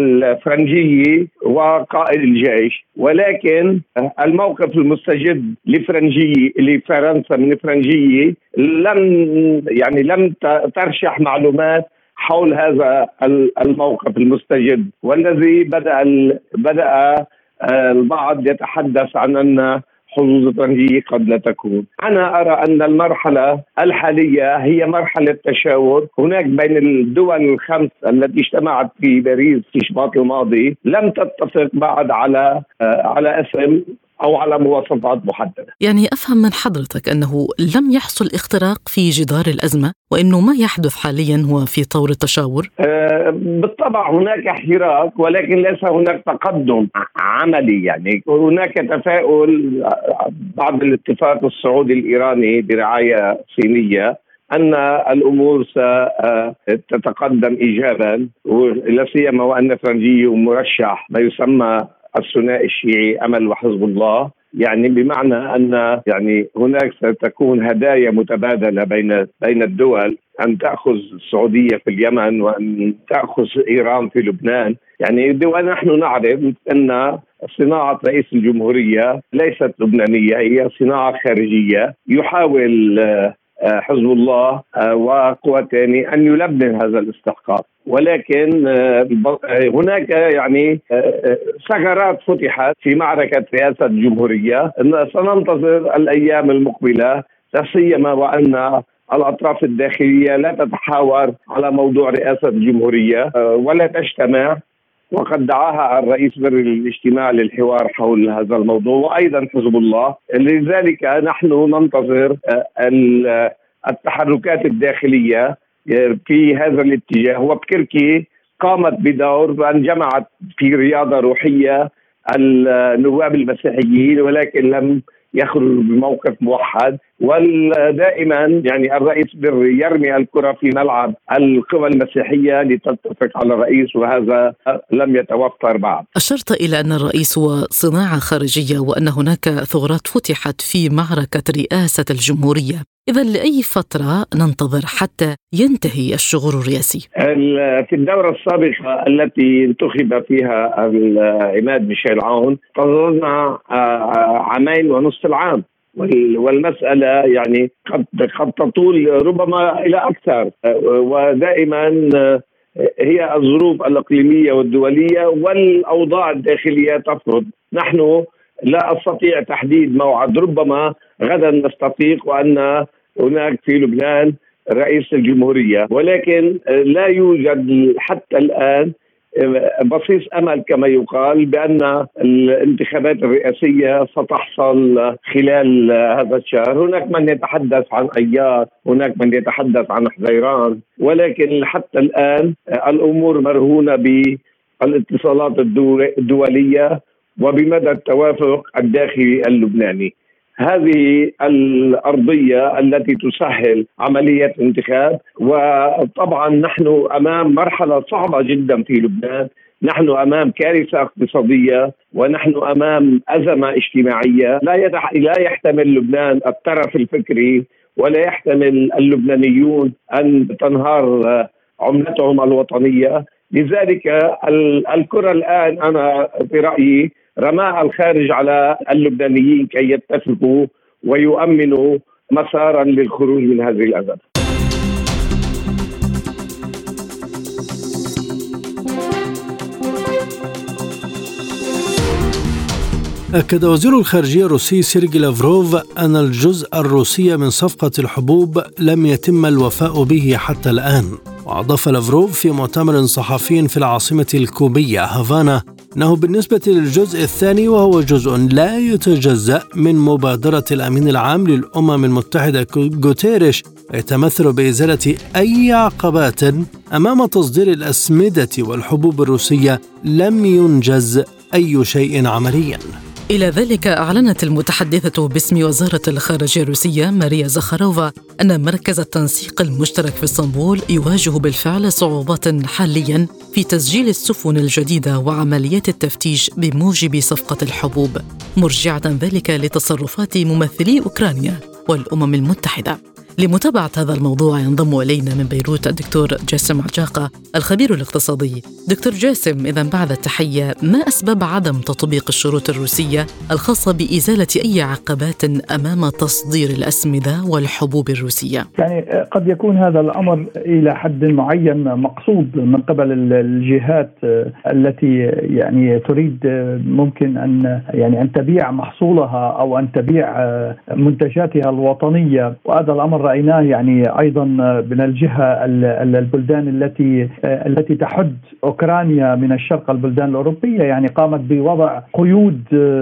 الفرنجي وقائد الجيش، ولكن الموقف المستجد لفرنجي لفرنسا من فرنجي لم يعني لم ترشح معلومات حول هذا الموقف المستجد، والذي بدأ بدأ البعض يتحدث عن أن حظوظ فرنجي قد لا تكون. أنا أرى أن المرحلة الحالية هي مرحلة تشاور. هناك بين الدول الخمس التي اجتمعت في باريس في شباط الماضي لم تتفق بعد على على اسم أو على مواصفات محددة. يعني أفهم من حضرتك أنه لم يحصل اختراق في جدار الأزمة وأنه ما يحدث حاليا هو في طور التشاور؟ أه بالطبع هناك احتراق، ولكن ليس هناك تقدم عملي. يعني هناك تفاؤل بعد الاتفاق السعودي الإيراني برعاية صينية أن الأمور ستتقدم إيجابا، ولا سيما وأن فرنجي مرشح ما يسمى الثنائي الشيعي أمل وحزب الله، يعني بمعنى أن يعني هناك ستكون هدايا متبادلة بين بين الدول، أن تأخذ السعودية في اليمن وأن تأخذ إيران في لبنان. يعني ونحن نعرف أن صناعة رئيس الجمهورية ليست لبنانية، هي صناعة خارجية. يحاول حزب الله وقوتين أن يلبن هذا الاستحقاق، ولكن هناك يعني ثغرات فتحت في معركة رئاسة الجمهورية. سننتظر الأيام المقبلة، لا سيما وأن الأطراف الداخلية لا تتحاور على موضوع رئاسة الجمهورية ولا تجتمع، وقد دعاها الرئيس بري للاجتماع للحوار حول هذا الموضوع، وأيضا حزب الله. لذلك نحن ننتظر التحركات الداخلية في هذا الاتجاه. وبكركي قامت بدور بأن جمعت في رياضة روحية النواب المسيحيين، ولكن لم يخرج بموقف موحد. ودائما يعني الرئيس بري يرمي الكرة في ملعب القوى المسيحية لتتفق على الرئيس، وهذا لم يتوفر بعد. أشرت إلى أن الرئيس هو صناعة خارجية وأن هناك ثغرات فتحت في معركة رئاسة الجمهورية. إذا لأي فترة ننتظر حتى ينتهي الشغل الرئاسي؟ في الدورة السابقة التي انتخب فيها عماد ميشيل عون انتظرنا عامين ونصف العام، والمسألة يعني قد قد تطول ربما إلى أكثر. ودائما هي الظروف الإقليمية والدولية والأوضاع الداخلية تفرض. نحن لا أستطيع تحديد موعد، ربما غدا نستفيق وأن هناك في لبنان رئيس الجمهورية، ولكن لا يوجد حتى الآن بصيص أمل كما يقال بأن الانتخابات الرئاسية ستحصل خلال هذا الشهر. هناك من يتحدث عن أيار، هناك من يتحدث عن حزيران، ولكن حتى الآن الأمور مرهونة بالاتصالات الدولية وبمدى التوافق الداخلي اللبناني. هذه الأرضية التي تسهل عملية انتخاب. وطبعا نحن أمام مرحلة صعبة جدا في لبنان، نحن أمام كارثة اقتصادية، ونحن أمام أزمة اجتماعية. لا لا يحتمل لبنان الترف الفكري، ولا يحتمل اللبنانيون أن تنهار عملتهم الوطنية. لذلك الكرة الآن أنا في رأيي رماها الخارج على اللبنانيين كي يتفقوا ويؤمنوا مسارا للخروج من هذه الأزمة. أكد وزير الخارجية الروسي سيرجي لافروف أن الجزء الروسي من صفقة الحبوب لم يتم الوفاء به حتى الآن. وأضاف لافروف في مؤتمر صحفي في العاصمة الكوبية هافانا أنه بالنسبة للجزء الثاني وهو جزء لا يتجزأ من مبادرة الأمين العام للأمم المتحدة غوتيريش، يتمثل بإزالة أي عقبات أمام تصدير الأسمدة والحبوب الروسية، لم ينجز أي شيء عمليا. إلى ذلك أعلنت المتحدثة باسم وزارة الخارجية الروسية ماريا زخاروفا أن مركز التنسيق المشترك في اسطنبول يواجه بالفعل صعوبات حاليا في تسجيل السفن الجديدة وعمليات التفتيش بموجب صفقة الحبوب، مرجعة ذلك لتصرفات ممثلي أوكرانيا والأمم المتحدة. لمتابعة هذا الموضوع ينضم إلينا من بيروت الدكتور جاسم عجاقة الخبير الاقتصادي. دكتور جاسم، إذن بعد التحية، ما أسباب عدم تطبيق الشروط الروسية الخاصة بإزالة أي عقبات أمام تصدير الأسمدة والحبوب الروسية؟ يعني قد يكون هذا الأمر إلى حد معين مقصود من قبل الجهات التي يعني تريد ممكن أن يعني أن تبيع محصولها أو أن تبيع منتجاتها الوطنية، وهذا الأمر رأيناه يعني أيضا من الجهة البلدان التي التي تحد أوكرانيا من الشرق، البلدان الأوروبية يعني قامت بوضع قيود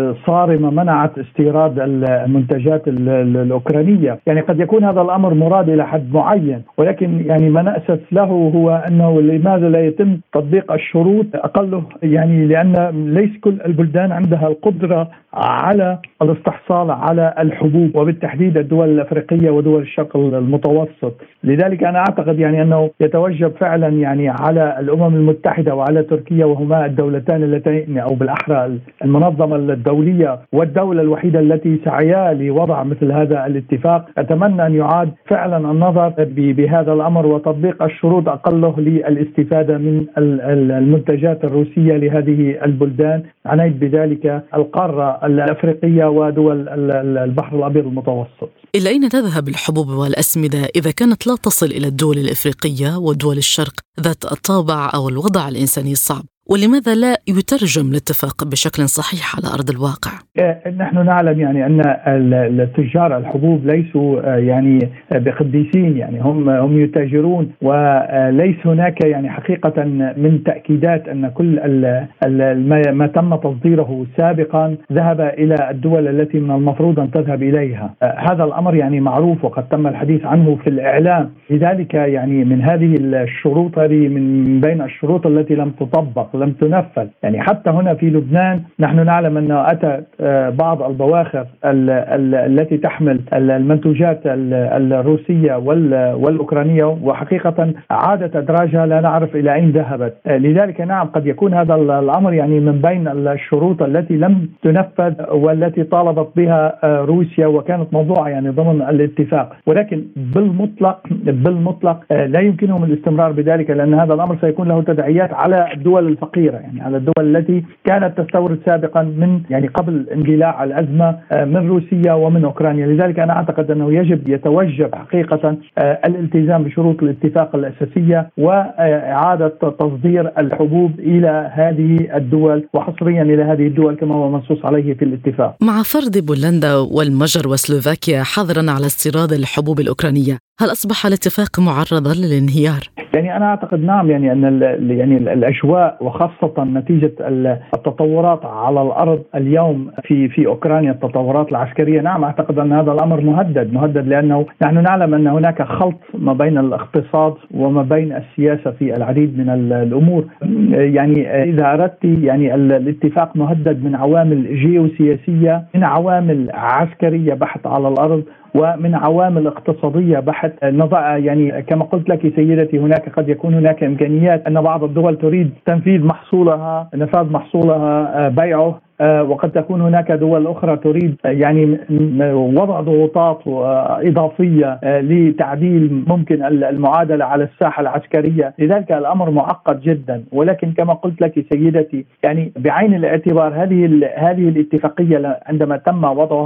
صارمة منعت استيراد المنتجات الأوكرانية. يعني قد يكون هذا الأمر مراد إلى حد معين، ولكن يعني ما نأسف له هو أنه لماذا لا يتم تطبيق الشروط أقله، يعني لأن ليس كل البلدان عندها القدرة على الاستحصال على الحبوب، وبالتحديد الدول الأفريقية ودول الشرق المتوسط. لذلك أنا أعتقد يعني أنه يتوجب فعلا يعني على الأمم المتحدة وعلى تركيا، وهما الدولتان اللتين أو بالأحرى المنظمة الدولية والدولة الوحيدة التي سعيا لوضع مثل هذا الاتفاق. أتمنى أن يعاد فعلا النظر بهذا الأمر وتطبيق الشروط أقله للاستفادة من المنتجات الروسية لهذه البلدان، عنيت بذلك القارة الأفريقية ودول البحر الأبيض المتوسط. إلى أين تذهب الحبوب والأسمدة إذا كانت لا تصل إلى الدول الإفريقية ودول الشرق ذات الطابع أو الوضع الإنساني الصعب؟ ولماذا لا يترجم الاتفاق بشكل صحيح على أرض الواقع؟ نحن نعلم يعني أن التجار الحبوب ليسوا يعني بقديسين، يعني هم هم يتاجرون، وليس هناك يعني حقيقة من تأكيدات أن كل ما تم تصديره سابقا ذهب إلى الدول التي من المفروض أن تذهب إليها. هذا الأمر يعني معروف وقد تم الحديث عنه في الإعلام. لذلك يعني من هذه الشروط، هذه من بين الشروط التي لم تطبق لم تنفذ. يعني حتى هنا في لبنان نحن نعلم أنه أتى بعض البواخر التي تحمل المنتوجات الروسية والأوكرانية، وحقيقة عادت أدراجها لا نعرف إلى أين ذهبت. لذلك نعم قد يكون هذا الأمر يعني من بين الشروط التي لم تنفذ والتي طالبت بها روسيا وكانت موضوعة يعني ضمن الاتفاق، ولكن بالمطلق بالمطلق لا يمكنهم الاستمرار بذلك، لأن هذا الأمر سيكون له تداعيات على الدول الفقيرة، يعني على الدول التي كانت تستورد سابقا من يعني قبل اندلاع الأزمة من روسيا ومن أوكرانيا. لذلك أنا أعتقد أنه يجب يتوجب حقيقة الالتزام بشروط الاتفاق الأساسية وإعادة تصدير الحبوب إلى هذه الدول، وحصريا إلى هذه الدول كما هو منصوص عليه في الاتفاق. مع فرض بولندا والمجر وسلوفاكيا حظرا على استيراد الحبوب الأوكرانية، هل أصبح الاتفاق معرضا للانهيار؟ يعني أنا أعتقد نعم، يعني أن يعني الأجواء وخاصة نتيجة التطورات على الأرض اليوم في في أوكرانيا، التطورات العسكرية، نعم أعتقد أن هذا الأمر مهدد مهدد لأنه نحن نعلم أن هناك خلط ما بين الاقتصاد وما بين السياسة في العديد من الأمور. يعني إذا أردت يعني الاتفاق مهدد من عوامل جيوسياسية، من عوامل عسكرية بحت على الأرض، ومن عوامل اقتصادية بحت. نضع يعني كما قلت لك سيدتي، هناك قد يكون هناك إمكانيات أن بعض الدول تريد تنفيذ محصولها، نفاذ محصولها، بيعه، وقد تكون هناك دول أخرى تريد يعني وضع ضغوطات إضافية لتعديل ممكن المعادلة على الساحة العسكرية. لذلك الأمر معقد جدا، ولكن كما قلت لك سيدتي يعني بعين الاعتبار هذه هذه الاتفاقية عندما تم وضعها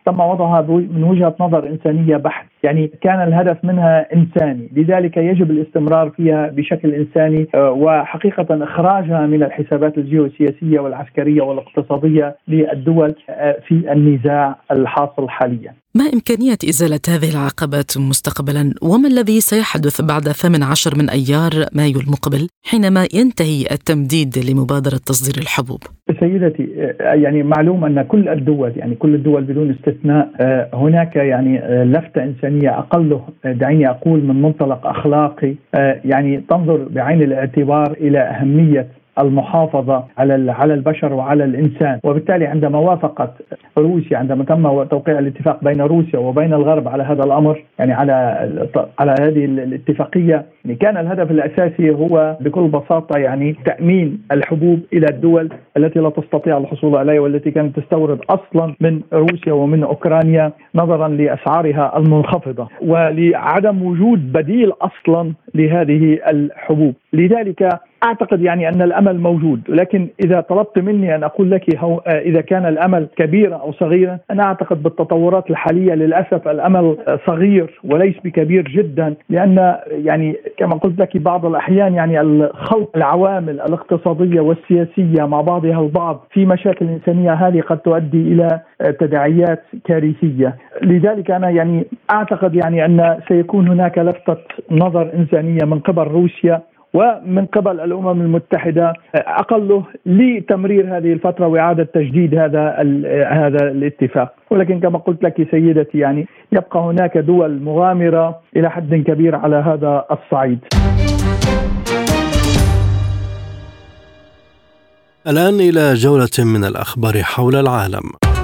تم وضعها من وجهة نظر إنسانية بحت، يعني كان الهدف منها إنساني، لذلك يجب الاستمرار فيها بشكل إنساني، وحقيقة إخراجها من الحسابات الجيوسياسية والعسكرية والاقتصادية للدول في النزاع الحاصل حاليا. ما إمكانية إزالة هذه العقبات مستقبلا؟ وما الذي سيحدث بعد ثمانية عشر من أيار مايو المقبل حينما ينتهي التمديد لمبادرة تصدير الحبوب؟ سيدتي، يعني معلوم أن كل الدول يعني كل الدول بدون استثناء هناك يعني لفتة إنسانية أقله دعيني أقول من منطلق أخلاقي، يعني تنظر بعين الاعتبار إلى أهمية المحافظة على على البشر وعلى الإنسان. وبالتالي عندما وافقت روسيا، عندما تم توقيع الاتفاق بين روسيا وبين الغرب على هذا الأمر، يعني على على هذه الاتفاقية، يعني كان الهدف الأساسي هو بكل بساطة يعني تأمين الحبوب إلى الدول التي لا تستطيع الحصول عليها، والتي كانت تستورد أصلا من روسيا ومن أوكرانيا نظرا لأسعارها المنخفضة ولعدم وجود بديل أصلا لهذه الحبوب. لذلك أعتقد يعني أن الأمل موجود، لكن إذا طلبت مني أن أقول لك هو إذا كان الأمل كبيرا أو صغيرا، أنا أعتقد بالتطورات الحالية للأسف الأمل صغير وليس بكبير جدا، لأن يعني كما قلت لك بعض الأحيان يعني الخلط العوامل الاقتصادية والسياسية مع بعضها البعض في مشاكل إنسانية هذه قد تؤدي إلى تداعيات كارثية. لذلك أنا يعني أعتقد يعني أن سيكون هناك لفتة نظر إنسانية من قبل روسيا ومن قبل الأمم المتحدة أقله لتمرير هذه الفترة وإعادة تجديد هذا هذا الاتفاق. ولكن كما قلت لك سيدتي يعني يبقى هناك دول مغامرة إلى حد كبير على هذا الصعيد. الآن إلى جولة من الأخبار حول العالم.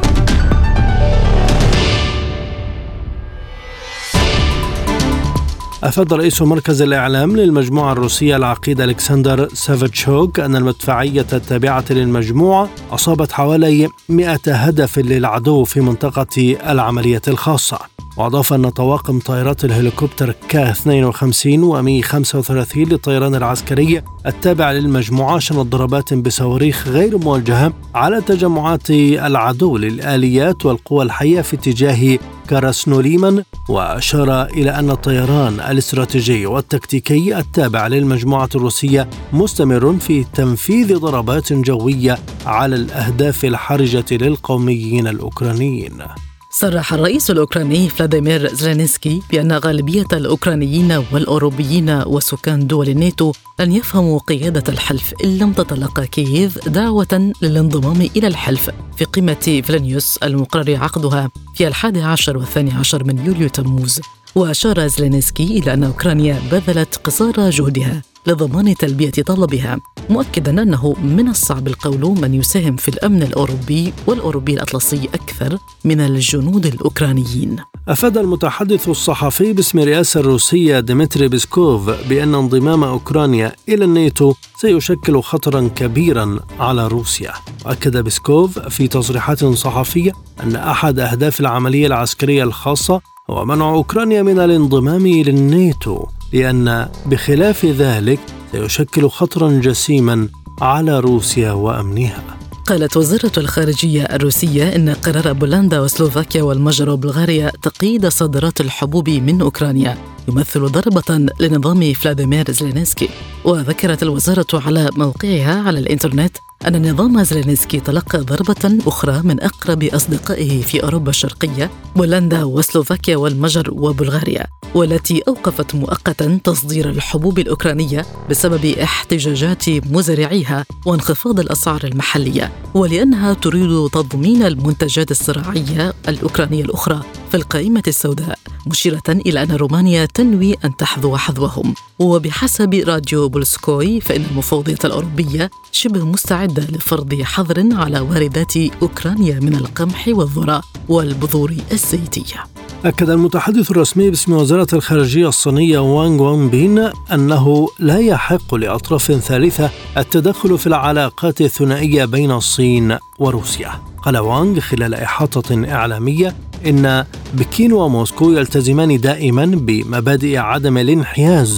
أفاد رئيس مركز الإعلام للمجموعة الروسية العقيد ألكسندر سافاتشوك أن المدفعية التابعة للمجموعة أصابت حوالي مئة هدف للعدو في منطقة العملية الخاصة. وأضاف أن طواقم طائرات الهليكوبتر كا اثنين وخمسين ومي خمسة وثلاثين للطيران العسكري التابع للمجموعة شنت ضربات بصواريخ غير موجهة على تجمعات العدو للآليات والقوى الحية في اتجاه كراسنوليمان. وأشار إلى أن الطيران الاستراتيجي والتكتيكي التابع للمجموعة الروسية مستمر في تنفيذ ضربات جوية على الأهداف الحرجة للقوميين الأوكرانيين. صرح الرئيس الأوكراني فلاديمير زيلينسكي بأن غالبية الأوكرانيين والأوروبيين وسكان دول الناتو لن يفهموا قيادة الحلف إن لم تتلقى كييف دعوة للانضمام إلى الحلف في قمة فيلنيوس المقرر عقدها في الحادي عشر والثاني عشر من يوليو تموز. وأشار زيلينسكي إلى أن أوكرانيا بذلت قصارى جهدها لضمان تلبية طلبها، مؤكدا أنه من الصعب القول من يساهم في الأمن الأوروبي والأوروبي الأطلسي أكثر من الجنود الأوكرانيين. أفاد المتحدث الصحفي باسم الرئاسة الروسية ديمتري بيسكوف بأن انضمام أوكرانيا إلى الناتو سيشكل خطرا كبيرا على روسيا. وأكد بيسكوف في تصريحات صحفية أن أحد أهداف العملية العسكرية الخاصة هو منع أوكرانيا من الانضمام للناتو، لأن بخلاف ذلك سيشكل خطرا جسيما على روسيا وأمنها. قالت وزارة الخارجية الروسية إن قرار بولندا وسلوفاكيا والمجر وبلغاريا تقييد صادرات الحبوب من أوكرانيا يمثل ضربة لنظام فلاديمير زيلينسكي. وذكرت الوزارة على موقعها على الإنترنت أن نظام زيلينسكي تلقى ضربة أخرى من أقرب أصدقائه في أوروبا الشرقية بولندا وسلوفاكيا والمجر وبلغاريا، والتي أوقفت مؤقتا تصدير الحبوب الأوكرانية بسبب احتجاجات مزارعيها وانخفاض الأسعار المحلية، ولأنها تريد تضمين المنتجات الزراعية الأوكرانية الأخرى في القائمة السوداء، مشيرة إلى أن رومانيا تنوي أن تحذو حذوهم. وبحسب راديو بولسكوي فإن المفوضية الأوروبية شبه مستعدة لفرض حظر على واردات أوكرانيا من القمح والذرة والبذور الزيتية. أكد المتحدث الرسمي باسم وزارة الخارجية الصينية وانغ وانبين أنه لا يحق لأطراف ثالثة التدخل في العلاقات الثنائية بين الصين وروسيا. قال وانغ خلال إحاطة إعلامية إن بكين وموسكو يلتزمان دائما بمبادئ عدم الانحياز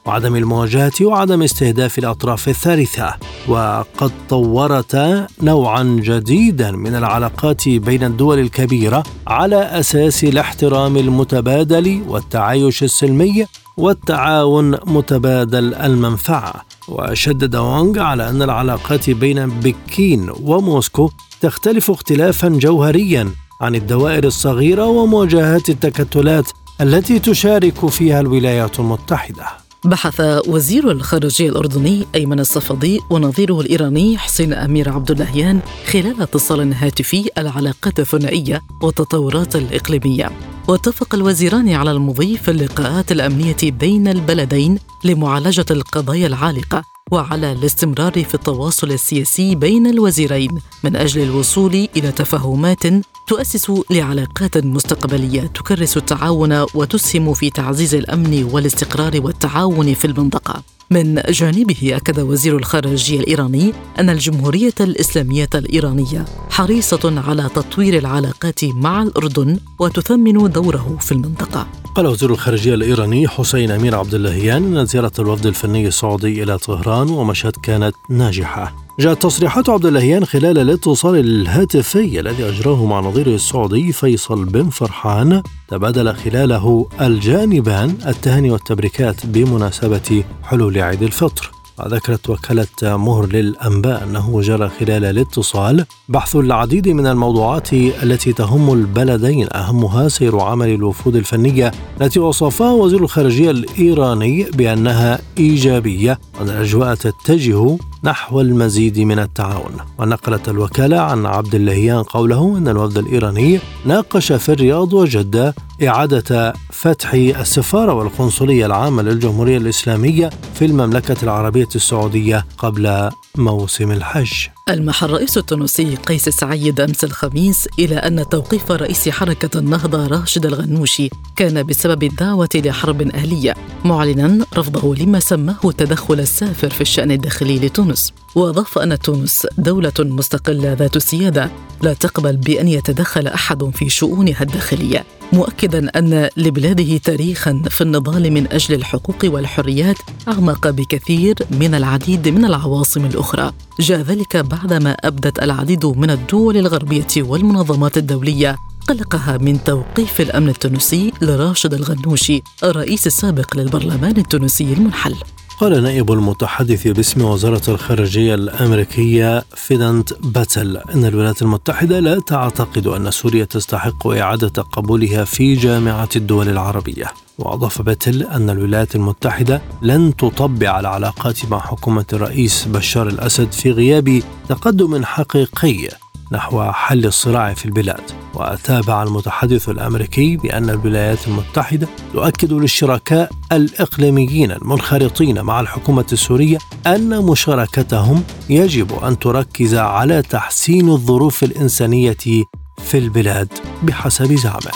وعدم المواجهة وعدم استهداف الأطراف الثالثة، وقد طورتا نوعا جديدا من العلاقات بين الدول الكبيرة على أساس الاحترام المتبادل والتعايش السلمي والتعاون متبادل المنفعة. وشدد وانغ على أن العلاقات بين بكين وموسكو تختلف اختلافا جوهريا عن الدوائر الصغيرة ومواجهات التكتلات التي تشارك فيها الولايات المتحدة. بحث وزير الخارجية الأردني أيمن الصفدي ونظيره الإيراني حسين أمير عبد اللهيان خلال اتصال هاتفي العلاقات الثنائية والتطورات الإقليمية. واتفق الوزيران على المضي في اللقاءات الأمنية بين البلدين لمعالجة القضايا العالقة، وعلى الاستمرار في التواصل السياسي بين الوزيرين من أجل الوصول إلى تفاهمات تؤسس لعلاقات مستقبلية تكرس التعاون وتسهم في تعزيز الأمن والاستقرار والتعاون في المنطقة. من جانبه أكد وزير الخارجية الإيراني أن الجمهورية الإسلامية الإيرانية حريصة على تطوير العلاقات مع الأردن وتثمن دوره في المنطقة. قال وزير الخارجية الإيراني حسين أمير عبد اللهيان أن زيارة الوفد الفني السعودي إلى طهران ومشهد كانت ناجحة. جاءت تصريحات عبد اللهيان خلال الاتصال الهاتفي الذي أجراه مع نظيره السعودي فيصل بن فرحان، تبادل خلاله الجانبان التهاني والتبريكات بمناسبة حلول عيد الفطر. وذكرت وكالة مهر للأنباء أنه جرى خلال الاتصال بحث العديد من الموضوعات التي تهم البلدين، أهمها سير عمل الوفود الفنية التي وصفها وزير الخارجية الإيراني بأنها إيجابية وأن الأجواء تتجه نحو المزيد من التعاون. ونقلت الوكالة عن عبد اللهيان قوله أن الوفد الإيراني ناقش في الرياض وجدة إعادة فتح السفارة والقنصلية العامة للجمهورية الإسلامية في المملكة العربية السعودية قبل موسم الحج. ألمح الرئيس التونسي قيس سعيد أمس الخميس إلى أن توقيف رئيس حركة النهضة راشد الغنوشي كان بسبب الدعوة لحرب أهلية، معلنا رفضه لما سماه التدخل السافر في الشأن الداخلي لتونس. وأضاف أن تونس دولة مستقلة ذات سيادة لا تقبل بأن يتدخل أحد في شؤونها الداخلية، مؤكدا أن لبلاده تاريخا في النضال من أجل الحقوق والحريات أعمق بكثير من العديد من العواصم الأخرى. جاء ذلك بعدما أبدت العديد من الدول الغربية والمنظمات الدولية قلقها من توقيف الأمن التونسي لراشد الغنوشي الرئيس السابق للبرلمان التونسي المنحل. قال نائب المتحدث باسم وزارة الخارجية الأمريكية فيدنت باتل أن الولايات المتحدة لا تعتقد أن سوريا تستحق إعادة قبولها في جامعة الدول العربية. وأضاف باتل أن الولايات المتحدة لن تطبع العلاقات مع حكومة الرئيس بشار الأسد في غياب تقدم حقيقي نحو حل الصراع في البلاد. وتابع المتحدث الأمريكي بأن الولايات المتحدة تؤكد للشركاء الإقليميين المنخرطين مع الحكومة السورية أن مشاركتهم يجب أن تركز على تحسين الظروف الإنسانية في البلاد بحسب زعمه.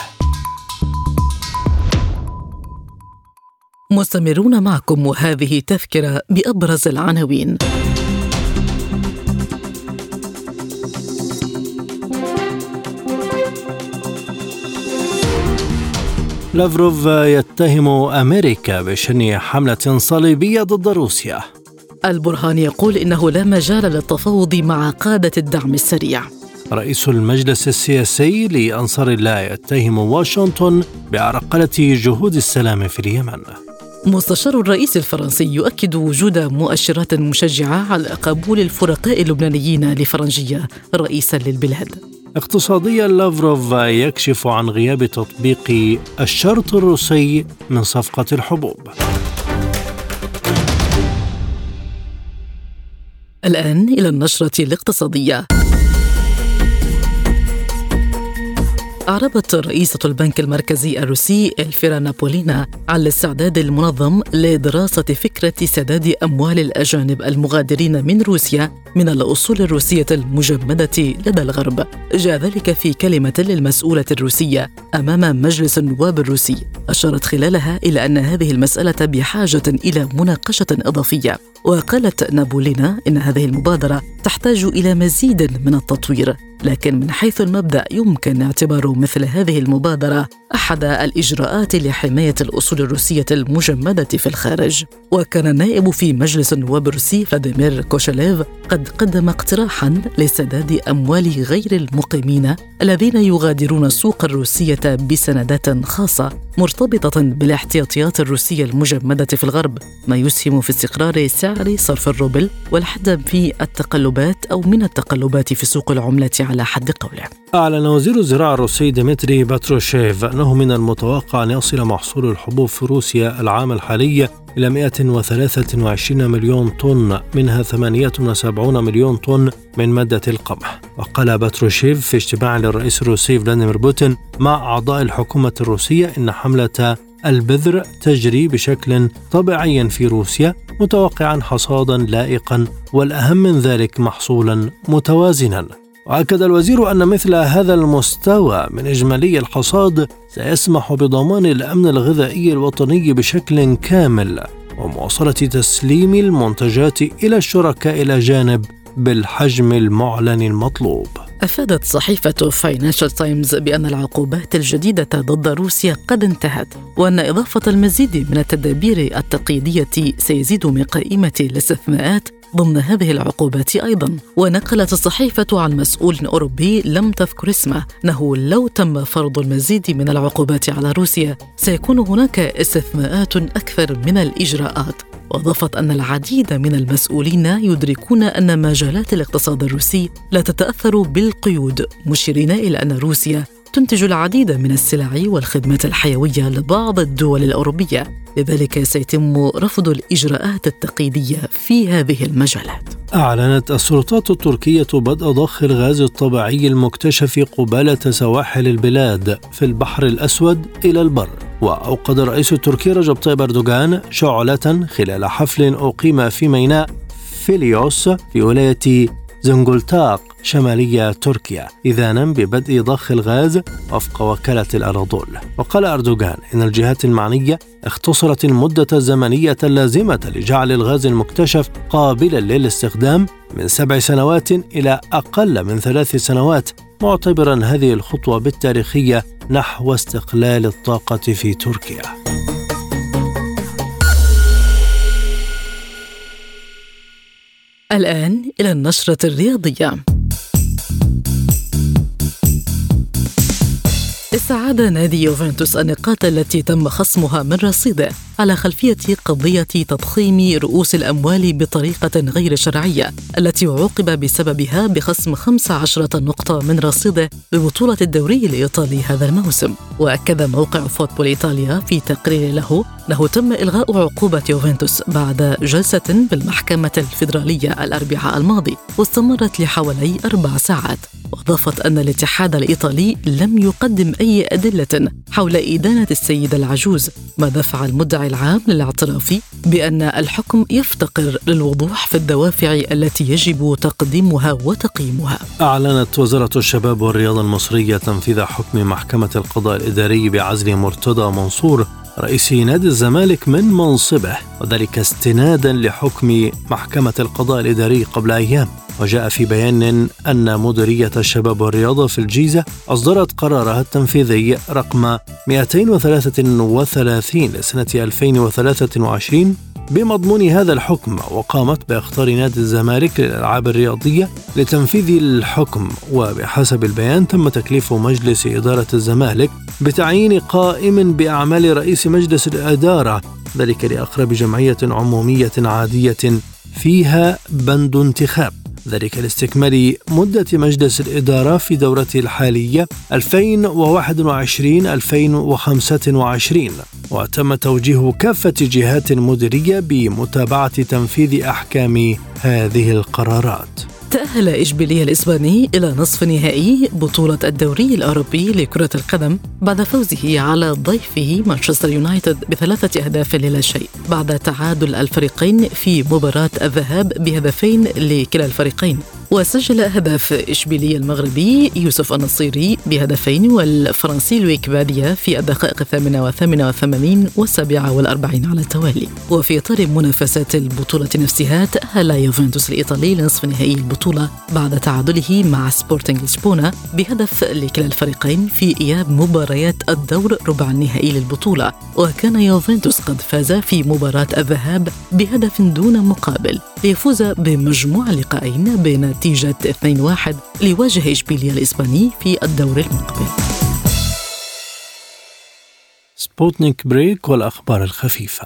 مستمرون معكم وهذه تذكرة بأبرز العناوين. لافروف يتهم أمريكا بشن حملة صليبية ضد روسيا. البرهان يقول إنه لا مجال للتفاوض مع قادة الدعم السريع. رئيس المجلس السياسي لأنصار الله يتهم واشنطن بعرقلة جهود السلام في اليمن. مستشار الرئيس الفرنسي يؤكد وجود مؤشرات مشجعة على قبول الفرقاء اللبنانيين لفرنجية رئيسا للبلاد. اقتصاديا لافروف يكشف عن غياب تطبيق الشرط الروسي من صفقة الحبوب. الآن إلى النشرة الاقتصادية. أعربت رئيسة البنك المركزي الروسي إلفيرا نابولينا على الاستعداد المنظم لدراسة فكرة سداد أموال الأجانب المغادرين من روسيا من الأصول الروسية المجمدة لدى الغرب. جاء ذلك في كلمة للمسؤولة الروسية أمام مجلس النواب الروسي، أشارت خلالها إلى أن هذه المسألة بحاجة إلى مناقشة إضافية. وقالت نابولينا إن هذه المبادرة تحتاج إلى مزيد من التطوير، لكن من حيث المبدأ يمكن اعتبار مثل هذه المبادرة أحد الإجراءات لحماية الأصول الروسية المجمدة في الخارج. وكان النائب في مجلس النواب الروسي فلاديمير كوشاليف قد قدم اقتراحاً لسداد أموال غير المقيمين الذين يغادرون السوق الروسية بسندات خاصة مرتبطة بالاحتياطيات الروسية المجمدة في الغرب، ما يسهم في استقرار سعر صرف الروبل والحد في التقلبات أو من التقلبات في سوق العملة على حد قوله. أعلن وزير الزراعة الروسي ديمتري باتروشيف أنه من المتوقع أن يصل محصول الحبوب في روسيا العام الحالي إلى مئة وثلاثة وعشرين مليون طن، منها ثمانية وسبعين مليون طن من مادة القمح. وقال باتروشيف في اجتماع للرئيس الروسي فلاديمير بوتين مع أعضاء الحكومة الروسية إن حملة البذر تجري بشكل طبيعي في روسيا، متوقعا حصادا لائقا والأهم من ذلك محصولا متوازنا. وأكد الوزير أن مثل هذا المستوى من إجمالي الحصاد سيسمح بضمان الأمن الغذائي الوطني بشكل كامل ومواصلة تسليم المنتجات إلى الشركاء إلى جانب بالحجم المعلن المطلوب. أفادت صحيفة فاينانشال تايمز بأن العقوبات الجديدة ضد روسيا قد انتهت، وأن إضافة المزيد من التدابير التقييدية سيزيد من قائمة الاستثناءات ضمن هذه العقوبات أيضا. ونقلت الصحيفة عن مسؤول أوروبي لم تذكر اسمه أنه لو تم فرض المزيد من العقوبات على روسيا سيكون هناك استثناءات أكثر من الإجراءات. وأضافت أن العديد من المسؤولين يدركون أن مجالات الاقتصاد الروسي لا تتأثر بالقيود، مشيرين إلى أن روسيا تنتج العديد من السلع والخدمات الحيوية لبعض الدول الأوروبية، لذلك سيتم رفض الإجراءات التقييدية في هذه المجالات. أعلنت السلطات التركية بدء ضخ الغاز الطبيعي المكتشف قبالة سواحل البلاد في البحر الأسود إلى البر. وأوقد الرئيس التركي رجب طيب أردوغان شعلة خلال حفل أقيم في ميناء فيليوس في ولاية زنغولتاق شمالية تركيا إذانا ببدء ضخ الغاز وفق وكالة الأناضول. وقال أردوغان إن الجهات المعنية اختصرت المدة الزمنية اللازمة لجعل الغاز المكتشف قابلا للاستخدام من سبع سنوات إلى أقل من ثلاث سنوات، معتبرا هذه الخطوة بالتاريخية نحو استقلال الطاقة في تركيا. الآن إلى النشرة الرياضية. استعاد نادي يوفنتوس النقاط التي تم خصمها من رصيده على خلفية قضية تضخيم رؤوس الأموال بطريقة غير شرعية التي عوقب بسببها بخصم خمس عشرة نقطة من رصيده ببطولة الدوري الإيطالي هذا الموسم. وأكد موقع فوتبول إيطاليا في تقرير له أنه تم إلغاء عقوبة يوفنتوس بعد جلسة بالمحكمة الفيدرالية الأربعاء الماضي واستمرت لحوالي أربع ساعات. وأضافت أن الاتحاد الإيطالي لم يقدم أي أدلة حول إدانة السيدة العجوز، ما دفع المدعي العام للاعتراف بأن الحكم يفتقر للوضوح في الدوافع التي يجب تقديمها وتقييمها. أعلنت وزارة الشباب والرياضة المصرية تنفيذ حكم محكمة القضاء الإداري بعزل مرتضى منصور رئيس نادي الزمالك من منصبه، وذلك استنادا لحكم محكمة القضاء الإداري قبل أيام. وجاء في بيان أن مديرية الشباب والرياضة في الجيزة أصدرت قرارها التنفيذي رقم مئتين وثلاثة وثلاثين لسنة ألفين وثلاثة وعشرين بمضمون هذا الحكم، وقامت باختيار نادي الزمالك للألعاب الرياضية لتنفيذ الحكم. وبحسب البيان تم تكليف مجلس إدارة الزمالك بتعيين قائم بأعمال رئيس مجلس الإدارة، ذلك لأقرب جمعية عمومية عادية فيها بند انتخاب، ذلك لاستكمال مدة مجلس الإدارة في دورته الحالية ألفين وواحد وعشرين ألفين وخمسة وعشرين. وتم توجيه كافة جهات المديرية بمتابعة تنفيذ أحكام هذه القرارات. تأهل إشبيلية الإسباني إلى نصف نهائي بطولة الدوري الأوروبي لكرة القدم بعد فوزه على ضيفه مانشستر يونايتد بثلاثة أهداف للا شيء بعد تعادل الفريقين في مباراة الذهاب بهدفين لكلا الفريقين. وسجل هدف إشبيلية المغربي يوسف النصيري بهدفين، والفرنسي لويك باديا في الدقائق الثامنة والثامنة والثمانين والسابعة والأربعين على التوالي. وفي إطار منافسات البطولة نفسها، تأهل يوفنتوس الإيطالي لنصف نهائي البطولة بعد تعادله مع سبورتينغ لشبونة بهدف لكلا الفريقين في إياب مباريات الدور ربع النهائي للبطولة. وكان يوفنتوس قد فاز في مباراة الذهاب بهدف دون مقابل ليفوز بمجموع اللقاءين بنتيجة اثنين واحد ليواجه إشبيلية الإسباني في الدور المقبل. سبوتنيك بريك والأخبار الخفيفة.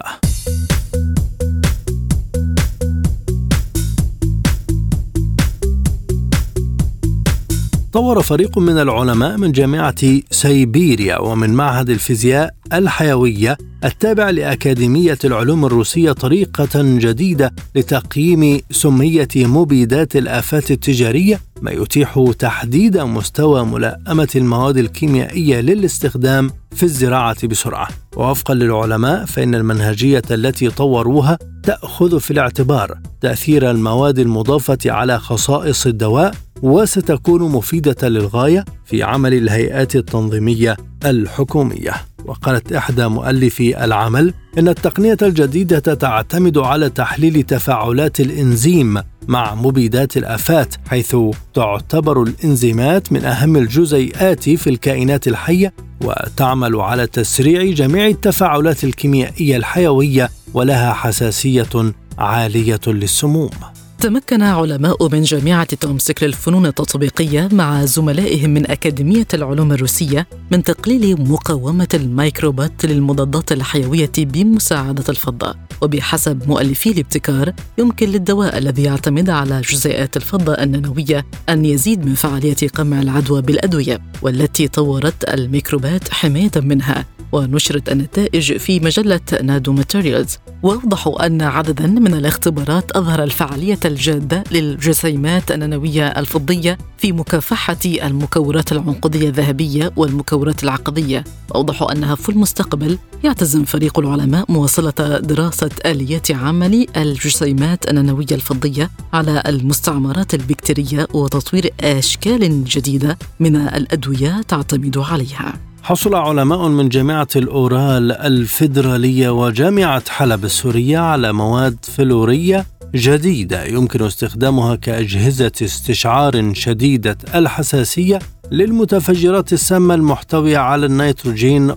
طور فريق من العلماء من جامعة سيبيريا ومن معهد الفيزياء الحيوية التابع لأكاديمية العلوم الروسية طريقة جديدة لتقييم سمية مبيدات الآفات التجارية، ما يتيح تحديد مستوى ملائمة المواد الكيميائية للاستخدام في الزراعة بسرعة. ووفقا للعلماء فإن المنهجية التي طوروها تأخذ في الاعتبار تأثير المواد المضافة على خصائص الدواء، وستكون مفيدة للغاية في عمل الهيئات التنظيمية الحكومية. وقالت إحدى مؤلفي العمل إن التقنية الجديدة تعتمد على تحليل تفاعلات الإنزيم مع مبيدات الآفات، حيث تعتبر الإنزيمات من أهم الجزيئات في الكائنات الحية، وتعمل على تسريع جميع التفاعلات الكيميائية الحيوية، ولها حساسية عالية للسموم. تمكن علماء من جامعة تومسك للفنون التطبيقية مع زملائهم من أكاديمية العلوم الروسية من تقليل مقاومة الميكروبات للمضادات الحيوية بمساعدة الفضة. وبحسب مؤلفي الابتكار، يمكن للدواء الذي يعتمد على جزيئات الفضة النانوية أن يزيد من فعالية قمع العدوى بالأدوية، والتي طورت الميكروبات حماية منها. ونشرت النتائج في مجلة نادو ماتيريالز، وأوضحوا أن عدداً من الاختبارات أظهر الفعالية الجادة للجسيمات النانوية الفضية في مكافحة المكورات العنقودية الذهبية والمكورات العقدية. وأوضحوا أنها في المستقبل يعتزم فريق العلماء مواصلة دراسة آليات عمل الجسيمات النانوية الفضية على المستعمرات البكتيرية وتطوير أشكال جديدة من الأدوية تعتمد عليها. حصل علماء من جامعة الأورال الفيدرالية وجامعة حلب السورية على مواد فلورية جديدة يمكن استخدامها كأجهزة استشعار شديدة الحساسية للمتفجرات السامة المحتوية على النيتروجين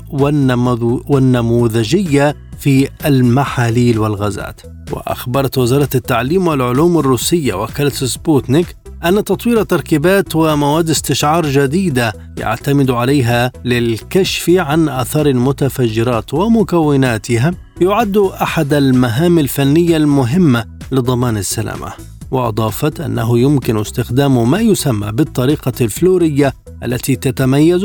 والنموذجية في المحاليل والغازات. وأخبرت وزارة التعليم والعلوم الروسية وكالة سبوتنيك أن تطوير تركيبات ومواد استشعار جديدة يعتمد عليها للكشف عن آثار المتفجرات ومكوناتها يعد أحد المهام الفنية المهمة لضمان السلامة. وأضافت أنه يمكن استخدام ما يسمى بالطريقة الفلورية التي تتميز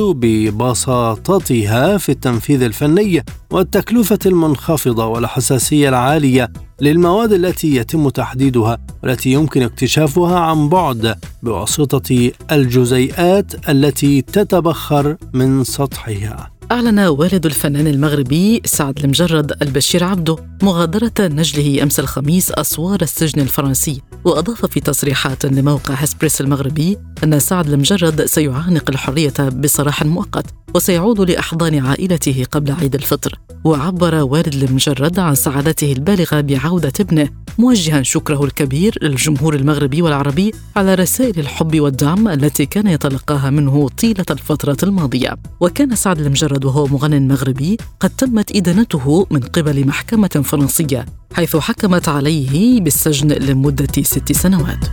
ببساطتها في التنفيذ الفني والتكلفة المنخفضة والحساسية العالية للمواد التي يتم تحديدها، والتي يمكن اكتشافها عن بعد بواسطة الجزيئات التي تتبخر من سطحها. أعلن والد الفنان المغربي سعد المجرد البشير عبده مغادرة نجله أمس الخميس أسوار السجن الفرنسي. وأضاف في تصريحات لموقع هسبريس المغربي أن سعد المجرد سيعانق الحرية بسراح مؤقت وسيعود لأحضان عائلته قبل عيد الفطر. وعبر والد المجرد عن سعادته البالغة بعودة ابنه، موجها شكره الكبير للجمهور المغربي والعربي على رسائل الحب والدعم التي كان يتلقاها منه طيلة الفترة الماضية. وكان سعد المجرد وهو مغنٍ مغربي قد تمت إدانته من قبل محكمة فرنسية، حيث حكمت عليه بالسجن لمدة ست سنوات.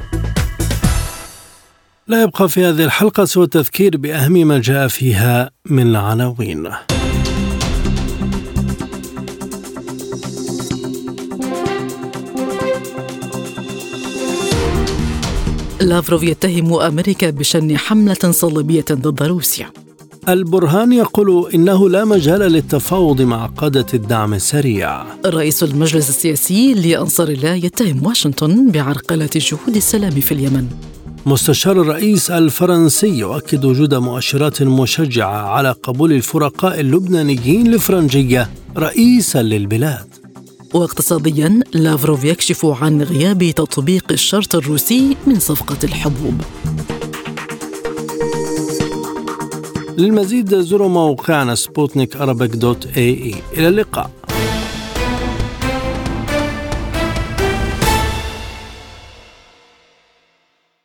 لا يبقى في هذه الحلقة سوى التذكير بأهم ما جاء فيها من العناوين. لافروف يتهم أمريكا بشن حملة صليبية ضد روسيا. البرهان يقول إنه لا مجال للتفاوض مع قادة الدعم السريع. رئيس المجلس السياسي لأنصار الله يتهم واشنطن بعرقلة جهود السلام في اليمن. مستشار الرئيس الفرنسي يؤكد وجود مؤشرات مشجعة على قبول الفرقاء اللبنانيين لفرنجية رئيسا للبلاد. واقتصاديا لافروف يكشف عن غياب تطبيق الشرط الروسي من صفقة الحبوب. للمزيد زوروا موقعنا سبوتنيك أرابيك دوت إيه إي. إلى اللقاء.